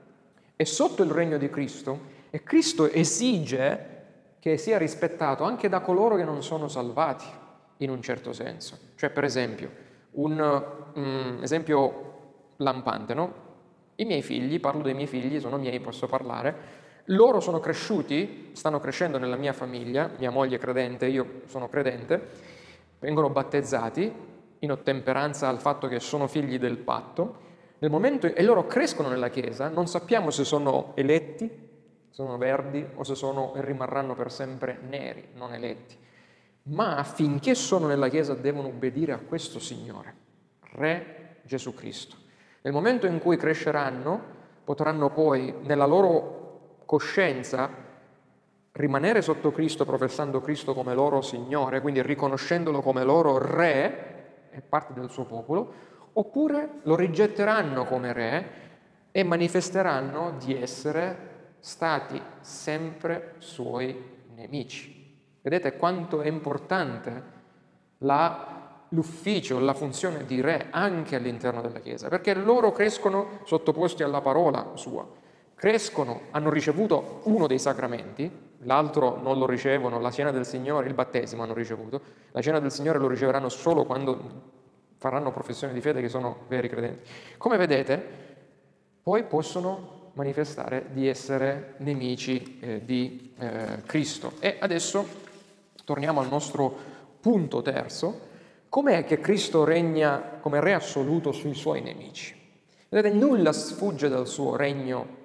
è sotto il regno di Cristo e Cristo esige che sia rispettato anche da coloro che non sono salvati, in un certo senso. Cioè, per esempio, un um, esempio lampante, no? I miei figli, parlo dei miei figli, sono miei, posso parlare. Loro sono cresciuti, stanno crescendo nella mia famiglia, mia moglie è credente, io sono credente, vengono battezzati in ottemperanza al fatto che sono figli del patto, nel momento e loro crescono nella Chiesa, non sappiamo se sono eletti, sono verdi o se sono e rimarranno per sempre neri, non eletti, ma affinché sono nella Chiesa devono obbedire a questo Signore, Re Gesù Cristo. Nel momento in cui cresceranno, potranno poi nella loro coscienza rimanere sotto Cristo professando Cristo come loro Signore, quindi riconoscendolo come loro Re e parte del suo popolo, oppure lo rigetteranno come Re e manifesteranno di essere stati sempre suoi nemici. Vedete quanto è importante la l'ufficio, la funzione di Re anche all'interno della Chiesa, perché loro crescono sottoposti alla parola sua. Crescono, hanno ricevuto uno dei sacramenti, l'altro non lo ricevono, la cena del Signore, il battesimo hanno ricevuto, la cena del Signore lo riceveranno solo quando faranno professione di fede che sono veri credenti. Come vedete, poi possono manifestare di essere nemici eh, di eh, Cristo. E adesso torniamo al nostro punto terzo. Com'è che Cristo regna come Re assoluto sui suoi nemici? Vedete, nulla sfugge dal suo regno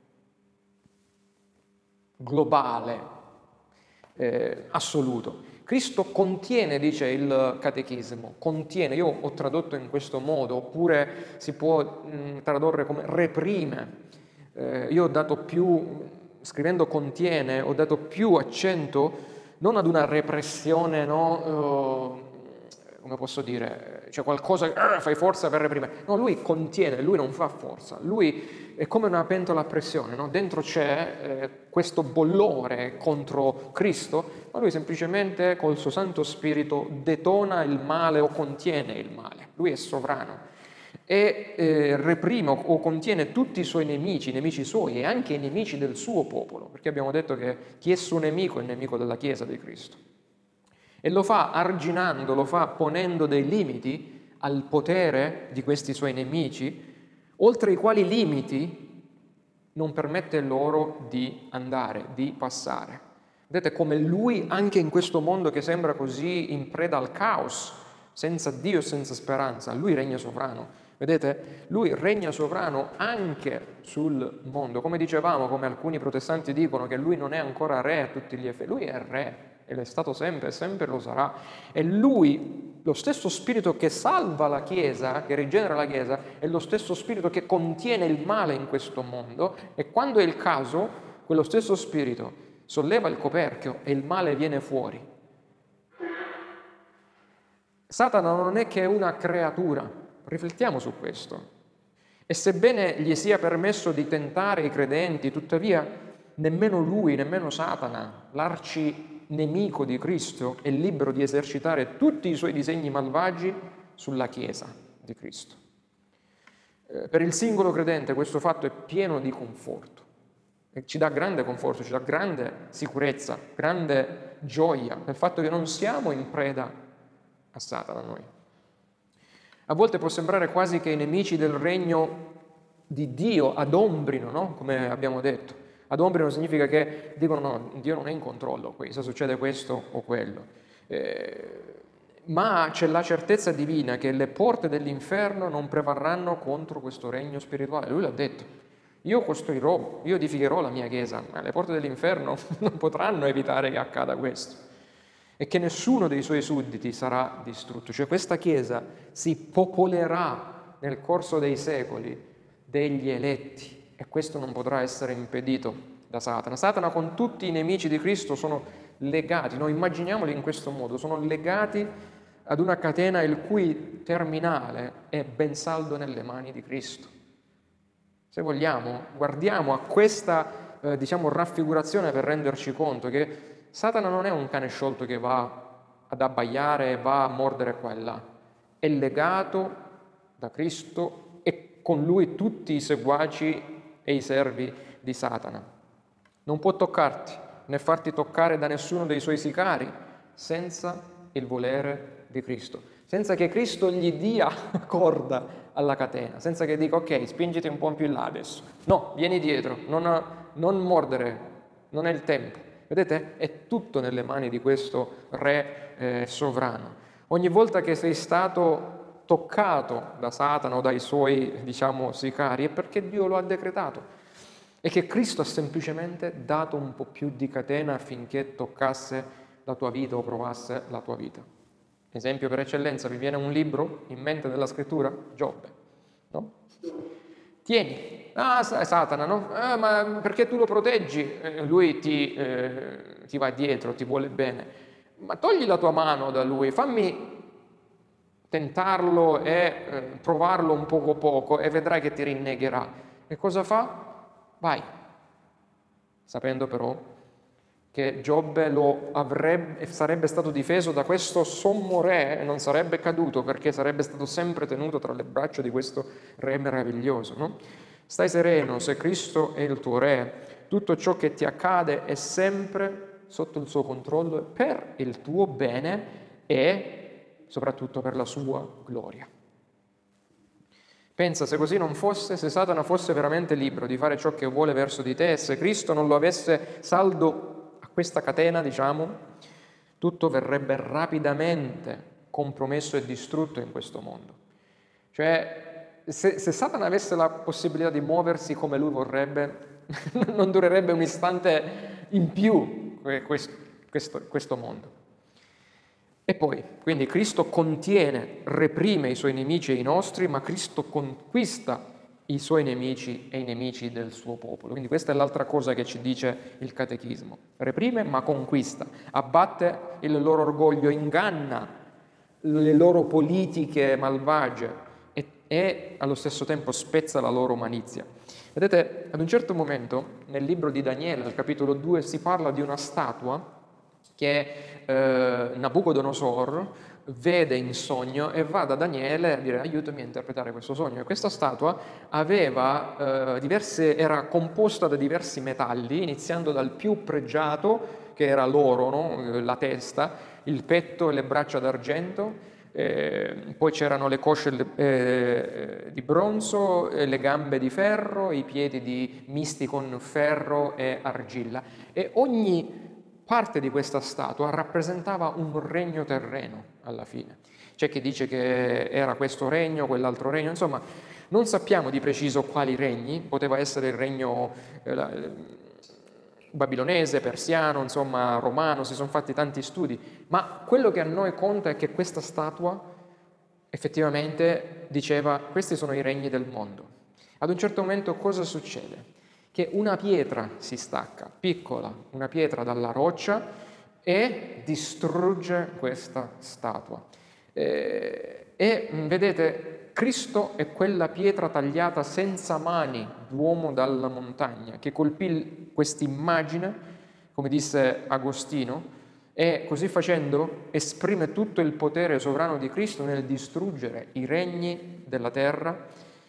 globale, eh, assoluto. Cristo contiene, dice il catechismo, contiene, io ho tradotto in questo modo, oppure si può mh, tradurre come reprime. Eh, io ho dato più, scrivendo contiene, ho dato più accento non ad una repressione, no, uh, come posso dire, cioè qualcosa che uh, fai forza per reprimere. No, lui contiene, lui non fa forza, lui è come una pentola a pressione, no? Dentro c'è eh, questo bollore contro Cristo, ma lui semplicemente col suo Santo Spirito detona il male o contiene il male. Lui è sovrano e eh, reprime o contiene tutti i suoi nemici, i nemici suoi e anche i nemici del suo popolo, perché abbiamo detto che chi è suo nemico è il nemico della Chiesa di Cristo. E lo fa arginando, lo fa ponendo dei limiti al potere di questi suoi nemici, oltre i quali limiti non permette loro di andare, di passare. Vedete come lui, anche in questo mondo che sembra così in preda al caos, senza Dio e senza speranza, lui regna sovrano. Vedete? Lui regna sovrano anche sul mondo. Come dicevamo, come alcuni protestanti dicono, che lui non è ancora re a tutti gli effetti, lui è re, e l'è stato sempre e sempre lo sarà. E lui, lo stesso spirito che salva la Chiesa, che rigenera la Chiesa, è lo stesso spirito che contiene il male in questo mondo, e quando è il caso, quello stesso spirito solleva il coperchio e il male viene fuori. Satana non è che una creatura, riflettiamo su questo. E sebbene gli sia permesso di tentare i credenti, tuttavia nemmeno lui, nemmeno Satana, l'arcinemico di Cristo, è libero di esercitare tutti i suoi disegni malvagi sulla Chiesa di Cristo. Eh, per il singolo credente questo fatto è pieno di conforto. E ci dà grande conforto, ci dà grande sicurezza, grande gioia nel fatto che non siamo in preda a Satana noi. A volte può sembrare quasi che i nemici del regno di Dio adombrino, no? Come abbiamo detto. Adombrino significa che dicono no, Dio non è in controllo qui, se succede questo o quello. Eh, ma c'è la certezza divina che le porte dell'inferno non prevarranno contro questo regno spirituale. Lui l'ha detto. Io costruirò, io edificherò la mia chiesa, ma le porte dell'inferno non potranno evitare che accada questo. E che nessuno dei suoi sudditi sarà distrutto. Cioè questa chiesa si popolerà nel corso dei secoli degli eletti, e questo non potrà essere impedito da Satana. Satana con tutti i nemici di Cristo sono legati, noi immaginiamoli in questo modo, sono legati ad una catena il cui terminale è ben saldo nelle mani di Cristo. Se vogliamo, guardiamo a questa eh, diciamo raffigurazione per renderci conto che Satana non è un cane sciolto che va ad abbaiare, va a mordere qua e là. È legato da Cristo e con lui tutti i seguaci e i servi di Satana. Non può toccarti né farti toccare da nessuno dei suoi sicari senza il volere di Cristo, senza che Cristo gli dia corda alla catena, senza che dica ok, spingiti un po' più in là adesso. No, vieni dietro, non, non mordere, non è il tempo. Vedete? È tutto nelle mani di questo re eh, sovrano. Ogni volta che sei stato toccato da Satana o dai suoi, diciamo, sicari, è perché Dio lo ha decretato. E che Cristo ha semplicemente dato un po' più di catena affinché toccasse la tua vita o provasse la tua vita. Esempio per eccellenza, vi viene un libro in mente della scrittura? Giobbe, no? Tieni, ah Satana, no? Ah, ma perché tu lo proteggi? Eh, lui ti, eh, ti va dietro, ti vuole bene. Ma togli la tua mano da lui, fammi tentarlo e eh, provarlo un poco poco e vedrai che ti rinnegherà. E cosa fa? Vai, sapendo però che Giobbe lo avrebbe, sarebbe stato difeso da questo sommo re e non sarebbe caduto perché sarebbe stato sempre tenuto tra le braccia di questo re meraviglioso, no? Stai sereno, se Cristo è il tuo re, tutto ciò che ti accade è sempre sotto il suo controllo per il tuo bene e soprattutto per la sua gloria. Pensa, se così non fosse, se Satana fosse veramente libero di fare ciò che vuole verso di te, se Cristo non lo avesse saldo questa catena, diciamo, tutto verrebbe rapidamente compromesso e distrutto in questo mondo. Cioè, se, se Satana avesse la possibilità di muoversi come lui vorrebbe, non durerebbe un istante in più questo, questo, questo mondo. E poi, quindi Cristo contiene, reprime i suoi nemici e i nostri, ma Cristo conquista i suoi nemici e i nemici del suo popolo. Quindi questa è l'altra cosa che ci dice il catechismo. Reprime ma conquista, abbatte il loro orgoglio, inganna le loro politiche malvagie e, e allo stesso tempo spezza la loro malizia. Vedete, ad un certo momento nel libro di Daniele, al capitolo due, si parla di una statua che eh, Nabucodonosor vede in sogno e va da Daniele a dire aiutami a interpretare questo sogno. E questa statua aveva, eh, diverse, era composta da diversi metalli, iniziando dal più pregiato, che era l'oro, no? La testa, il petto e le braccia d'argento, Eh, poi c'erano le cosce eh, di bronzo, eh, le gambe di ferro, i piedi di, misti con ferro e argilla. E ogni parte di questa statua rappresentava un regno terreno alla fine. C'è chi dice che era questo regno, quell'altro regno, insomma, non sappiamo di preciso quali regni, poteva essere il regno eh, la, babilonese, persiano, insomma, romano, si sono fatti tanti studi, ma quello che a noi conta è che questa statua effettivamente diceva questi sono i regni del mondo. Ad un certo momento cosa succede? Che una pietra si stacca, piccola, una pietra dalla roccia e distrugge questa statua. Eh, e vedete, Cristo è quella pietra tagliata senza mani d'uomo dalla montagna, che colpì quest'immagine, come disse Agostino, e così facendo esprime tutto il potere sovrano di Cristo nel distruggere i regni della terra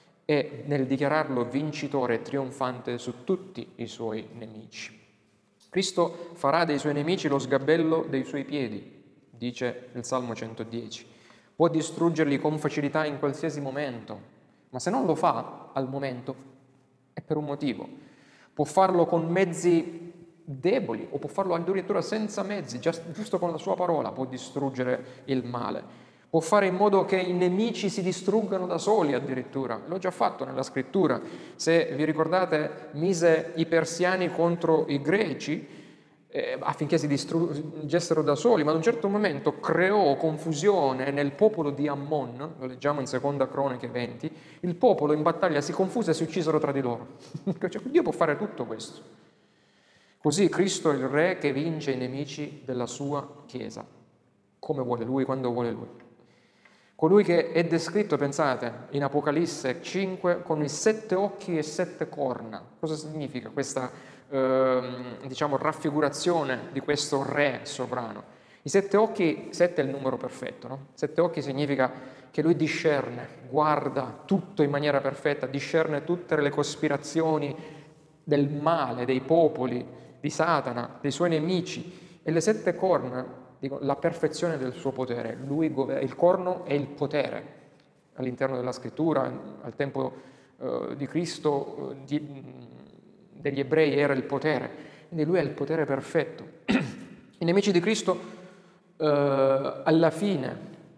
e nel dichiararlo vincitore e trionfante su tutti i suoi nemici. Cristo farà dei suoi nemici lo sgabello dei suoi piedi, dice il Salmo centodieci. Può distruggerli con facilità in qualsiasi momento, ma se non lo fa al momento è per un motivo. Può farlo con mezzi deboli o può farlo addirittura senza mezzi, giusto con la sua parola può distruggere il male. Può fare in modo che i nemici si distruggano da soli addirittura. L'ho già fatto nella scrittura. Se vi ricordate, mise i persiani contro i greci eh, affinché si distruggessero da soli, ma ad un certo momento creò confusione nel popolo di Ammon, lo leggiamo in seconda Croniche venti, il popolo in battaglia si confuse e si uccisero tra di loro. Cioè, Dio può fare tutto questo. Così Cristo è il Re che vince i nemici della sua Chiesa, come vuole Lui, quando vuole Lui. Colui che è descritto, pensate, in Apocalisse cinque con i sette occhi e sette corna. Cosa significa questa, eh, diciamo, raffigurazione di questo Re sovrano? I sette occhi, sette è il numero perfetto, no? Sette occhi significa che lui discerne, guarda tutto in maniera perfetta, discerne tutte le cospirazioni del male, dei popoli, di Satana, dei suoi nemici. E le sette corna dico, la perfezione del suo potere. Lui, il corno è il potere all'interno della scrittura, al tempo eh, di Cristo, di, degli ebrei era il potere, quindi lui è il potere perfetto. I nemici di Cristo eh, alla fine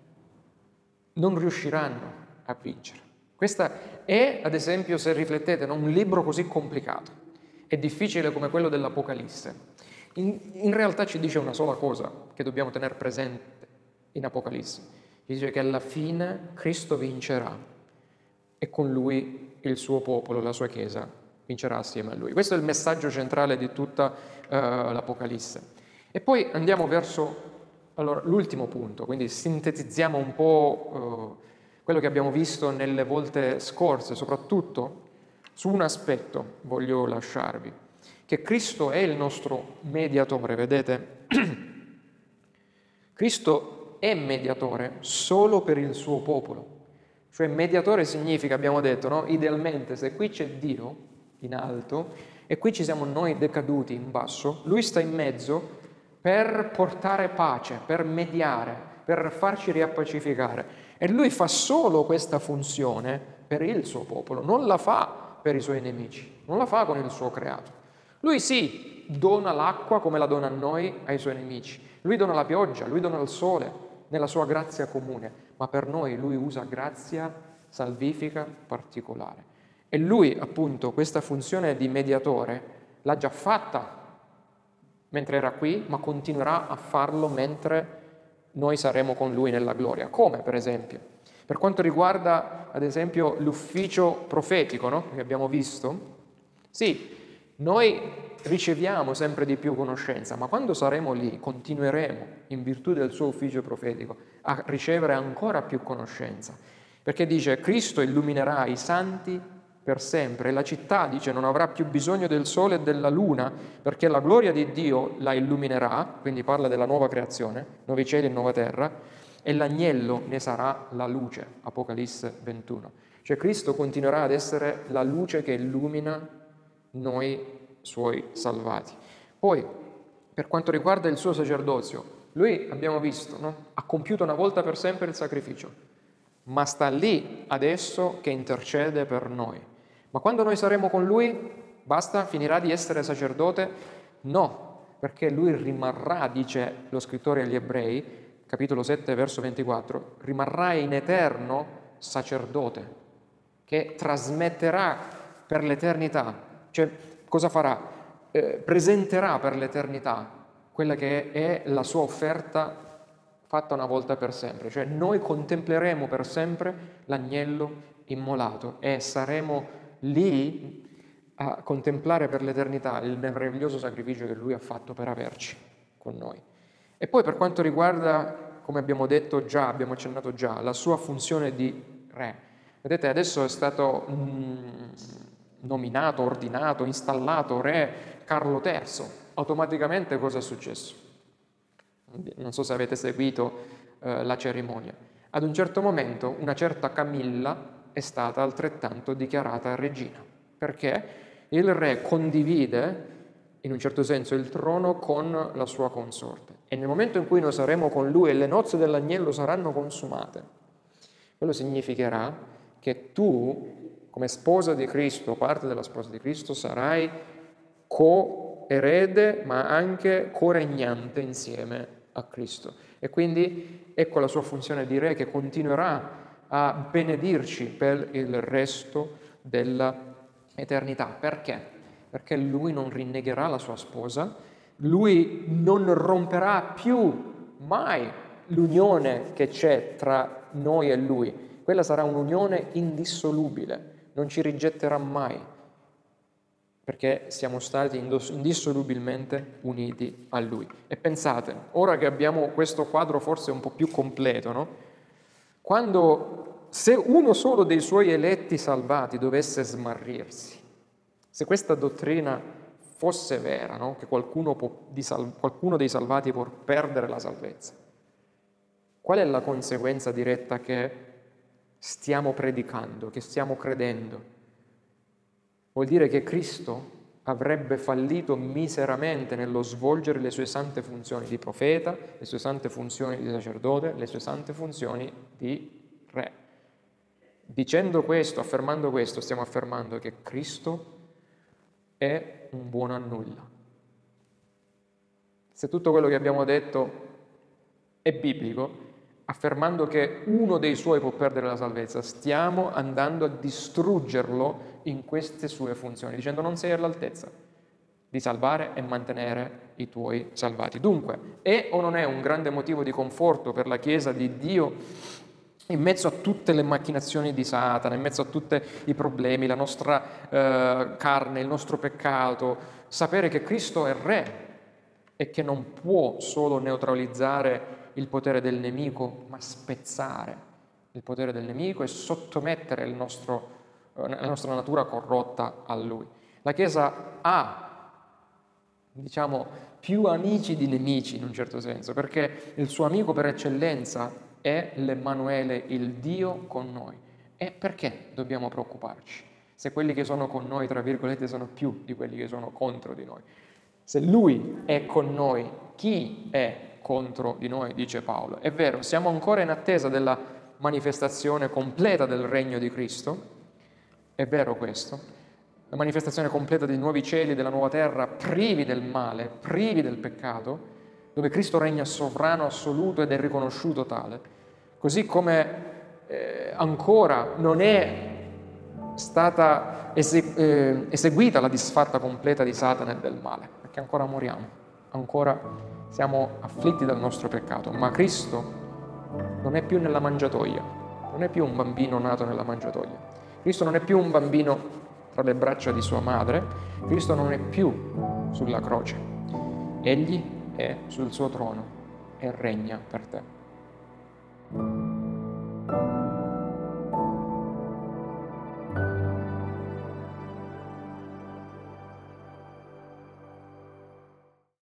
non riusciranno a vincere. Questa è, ad esempio, se riflettete, un libro così complicato e difficile come quello dell'Apocalisse. In, in realtà ci dice una sola cosa che dobbiamo tenere presente in Apocalisse. Ci dice che alla fine Cristo vincerà e con lui il suo popolo, la sua Chiesa, vincerà assieme a lui. Questo è il messaggio centrale di tutta uh, l'Apocalisse. E poi andiamo verso allora, l'ultimo punto, quindi sintetizziamo un po' uh, quello che abbiamo visto nelle volte scorse, soprattutto su un aspetto voglio lasciarvi. Che Cristo è il nostro mediatore, vedete? Cristo è mediatore solo per il suo popolo. Cioè mediatore significa, abbiamo detto, no? Idealmente se qui c'è Dio in alto e qui ci siamo noi decaduti in basso, lui sta in mezzo per portare pace, per mediare, per farci riappacificare. E lui fa solo questa funzione per il suo popolo, non la fa per i suoi nemici, non la fa con il suo creato. Lui sì, dona l'acqua come la dona a noi, ai suoi nemici. Lui dona la pioggia, lui dona il sole, nella sua grazia comune. Ma per noi lui usa grazia salvifica particolare. E lui, appunto, questa funzione di mediatore l'ha già fatta mentre era qui, ma continuerà a farlo mentre noi saremo con lui nella gloria. Come, per esempio? Per quanto riguarda, ad esempio, l'ufficio profetico, no? Che abbiamo visto, sì, noi riceviamo sempre di più conoscenza, ma quando saremo lì continueremo, in virtù del suo ufficio profetico, a ricevere ancora più conoscenza. Perché dice, Cristo illuminerà i santi per sempre, e la città, dice, non avrà più bisogno del sole e della luna, perché la gloria di Dio la illuminerà, quindi parla della nuova creazione, nuovi cieli e nuova terra, e l'agnello ne sarà la luce, Apocalisse ventuno. Cioè Cristo continuerà ad essere la luce che illumina noi suoi salvati. Poi, per quanto riguarda il suo sacerdozio, Lui, abbiamo visto, no? Ha compiuto una volta per sempre il sacrificio, ma sta lì adesso che intercede per noi. Ma quando noi saremo con Lui, basta, finirà di essere sacerdote? No, perché Lui rimarrà, dice lo scrittore agli Ebrei, capitolo sette, verso ventiquattro, rimarrà in eterno sacerdote, che trasmetterà per l'eternità. Cioè, cosa farà? Eh, presenterà per l'eternità quella che è la sua offerta fatta una volta per sempre. Cioè, noi contempleremo per sempre l'agnello immolato e saremo lì a contemplare per l'eternità il meraviglioso sacrificio che Lui ha fatto per averci con noi. E poi per quanto riguarda, come abbiamo detto già, abbiamo accennato già, la sua funzione di re. Vedete, adesso è stato mm, nominato, ordinato, installato re Carlo terzo. Automaticamente cosa è successo? Non so se avete seguito eh, la cerimonia. Ad un certo momento una certa Camilla è stata altrettanto dichiarata regina, perché il re condivide in un certo senso il trono con la sua consorte. E nel momento in cui noi saremo con lui e le nozze dell'agnello saranno consumate, quello significherà che tu, come sposa di Cristo, parte della sposa di Cristo, sarai co-erede ma anche co-regnante insieme a Cristo. E quindi ecco la sua funzione di re che continuerà a benedirci per il resto dell'eternità. Perché? Perché lui non rinnegherà la sua sposa, lui non romperà più mai l'unione che c'è tra noi e lui. Quella sarà un'unione indissolubile, non ci rigetterà mai, perché siamo stati indissolubilmente uniti a Lui. E pensate, ora che abbiamo questo quadro forse un po' più completo, no? Quando, se uno solo dei Suoi eletti salvati dovesse smarrirsi, se questa dottrina fosse vera, no? Che qualcuno, può, di sal, qualcuno dei salvati può perdere la salvezza, qual è la conseguenza diretta che stiamo predicando, che stiamo credendo? Vuol dire che Cristo avrebbe fallito miseramente nello svolgere le sue sante funzioni di profeta, le sue sante funzioni di sacerdote, le sue sante funzioni di re. Dicendo questo, affermando questo, stiamo affermando che Cristo è un buono a nulla. Se tutto quello che abbiamo detto è biblico, affermando che uno dei suoi può perdere la salvezza, stiamo andando a distruggerlo in queste sue funzioni, dicendo non sei all'altezza di salvare e mantenere i tuoi salvati. Dunque, è o non è un grande motivo di conforto per la Chiesa di Dio in mezzo a tutte le macchinazioni di Satana, in mezzo a tutti i problemi, la nostra eh, carne, il nostro peccato, sapere che Cristo è Re e che non può solo neutralizzare il potere del nemico, ma spezzare il potere del nemico e sottomettere il nostro, eh, la nostra natura corrotta a Lui. La Chiesa ha, diciamo, più amici di nemici in un certo senso, perché il suo amico per eccellenza è l'Emmanuele, il Dio con noi. E perché dobbiamo preoccuparci se quelli che sono con noi, tra virgolette, sono più di quelli che sono contro di noi? Se Lui è con noi, chi è contro di noi, dice Paolo? È vero, siamo ancora in attesa della manifestazione completa del regno di Cristo, è vero questo, la manifestazione completa dei nuovi cieli e della nuova terra, privi del male, privi del peccato, dove Cristo regna sovrano assoluto ed è riconosciuto tale, così come eh, ancora non è stata eseguita la disfatta completa di Satana e del male, perché ancora moriamo, ancora siamo afflitti dal nostro peccato, ma Cristo non è più nella mangiatoia, non è più un bambino nato nella mangiatoia, Cristo non è più un bambino tra le braccia di sua madre, Cristo non è più sulla croce, Egli è sul suo trono e regna per te.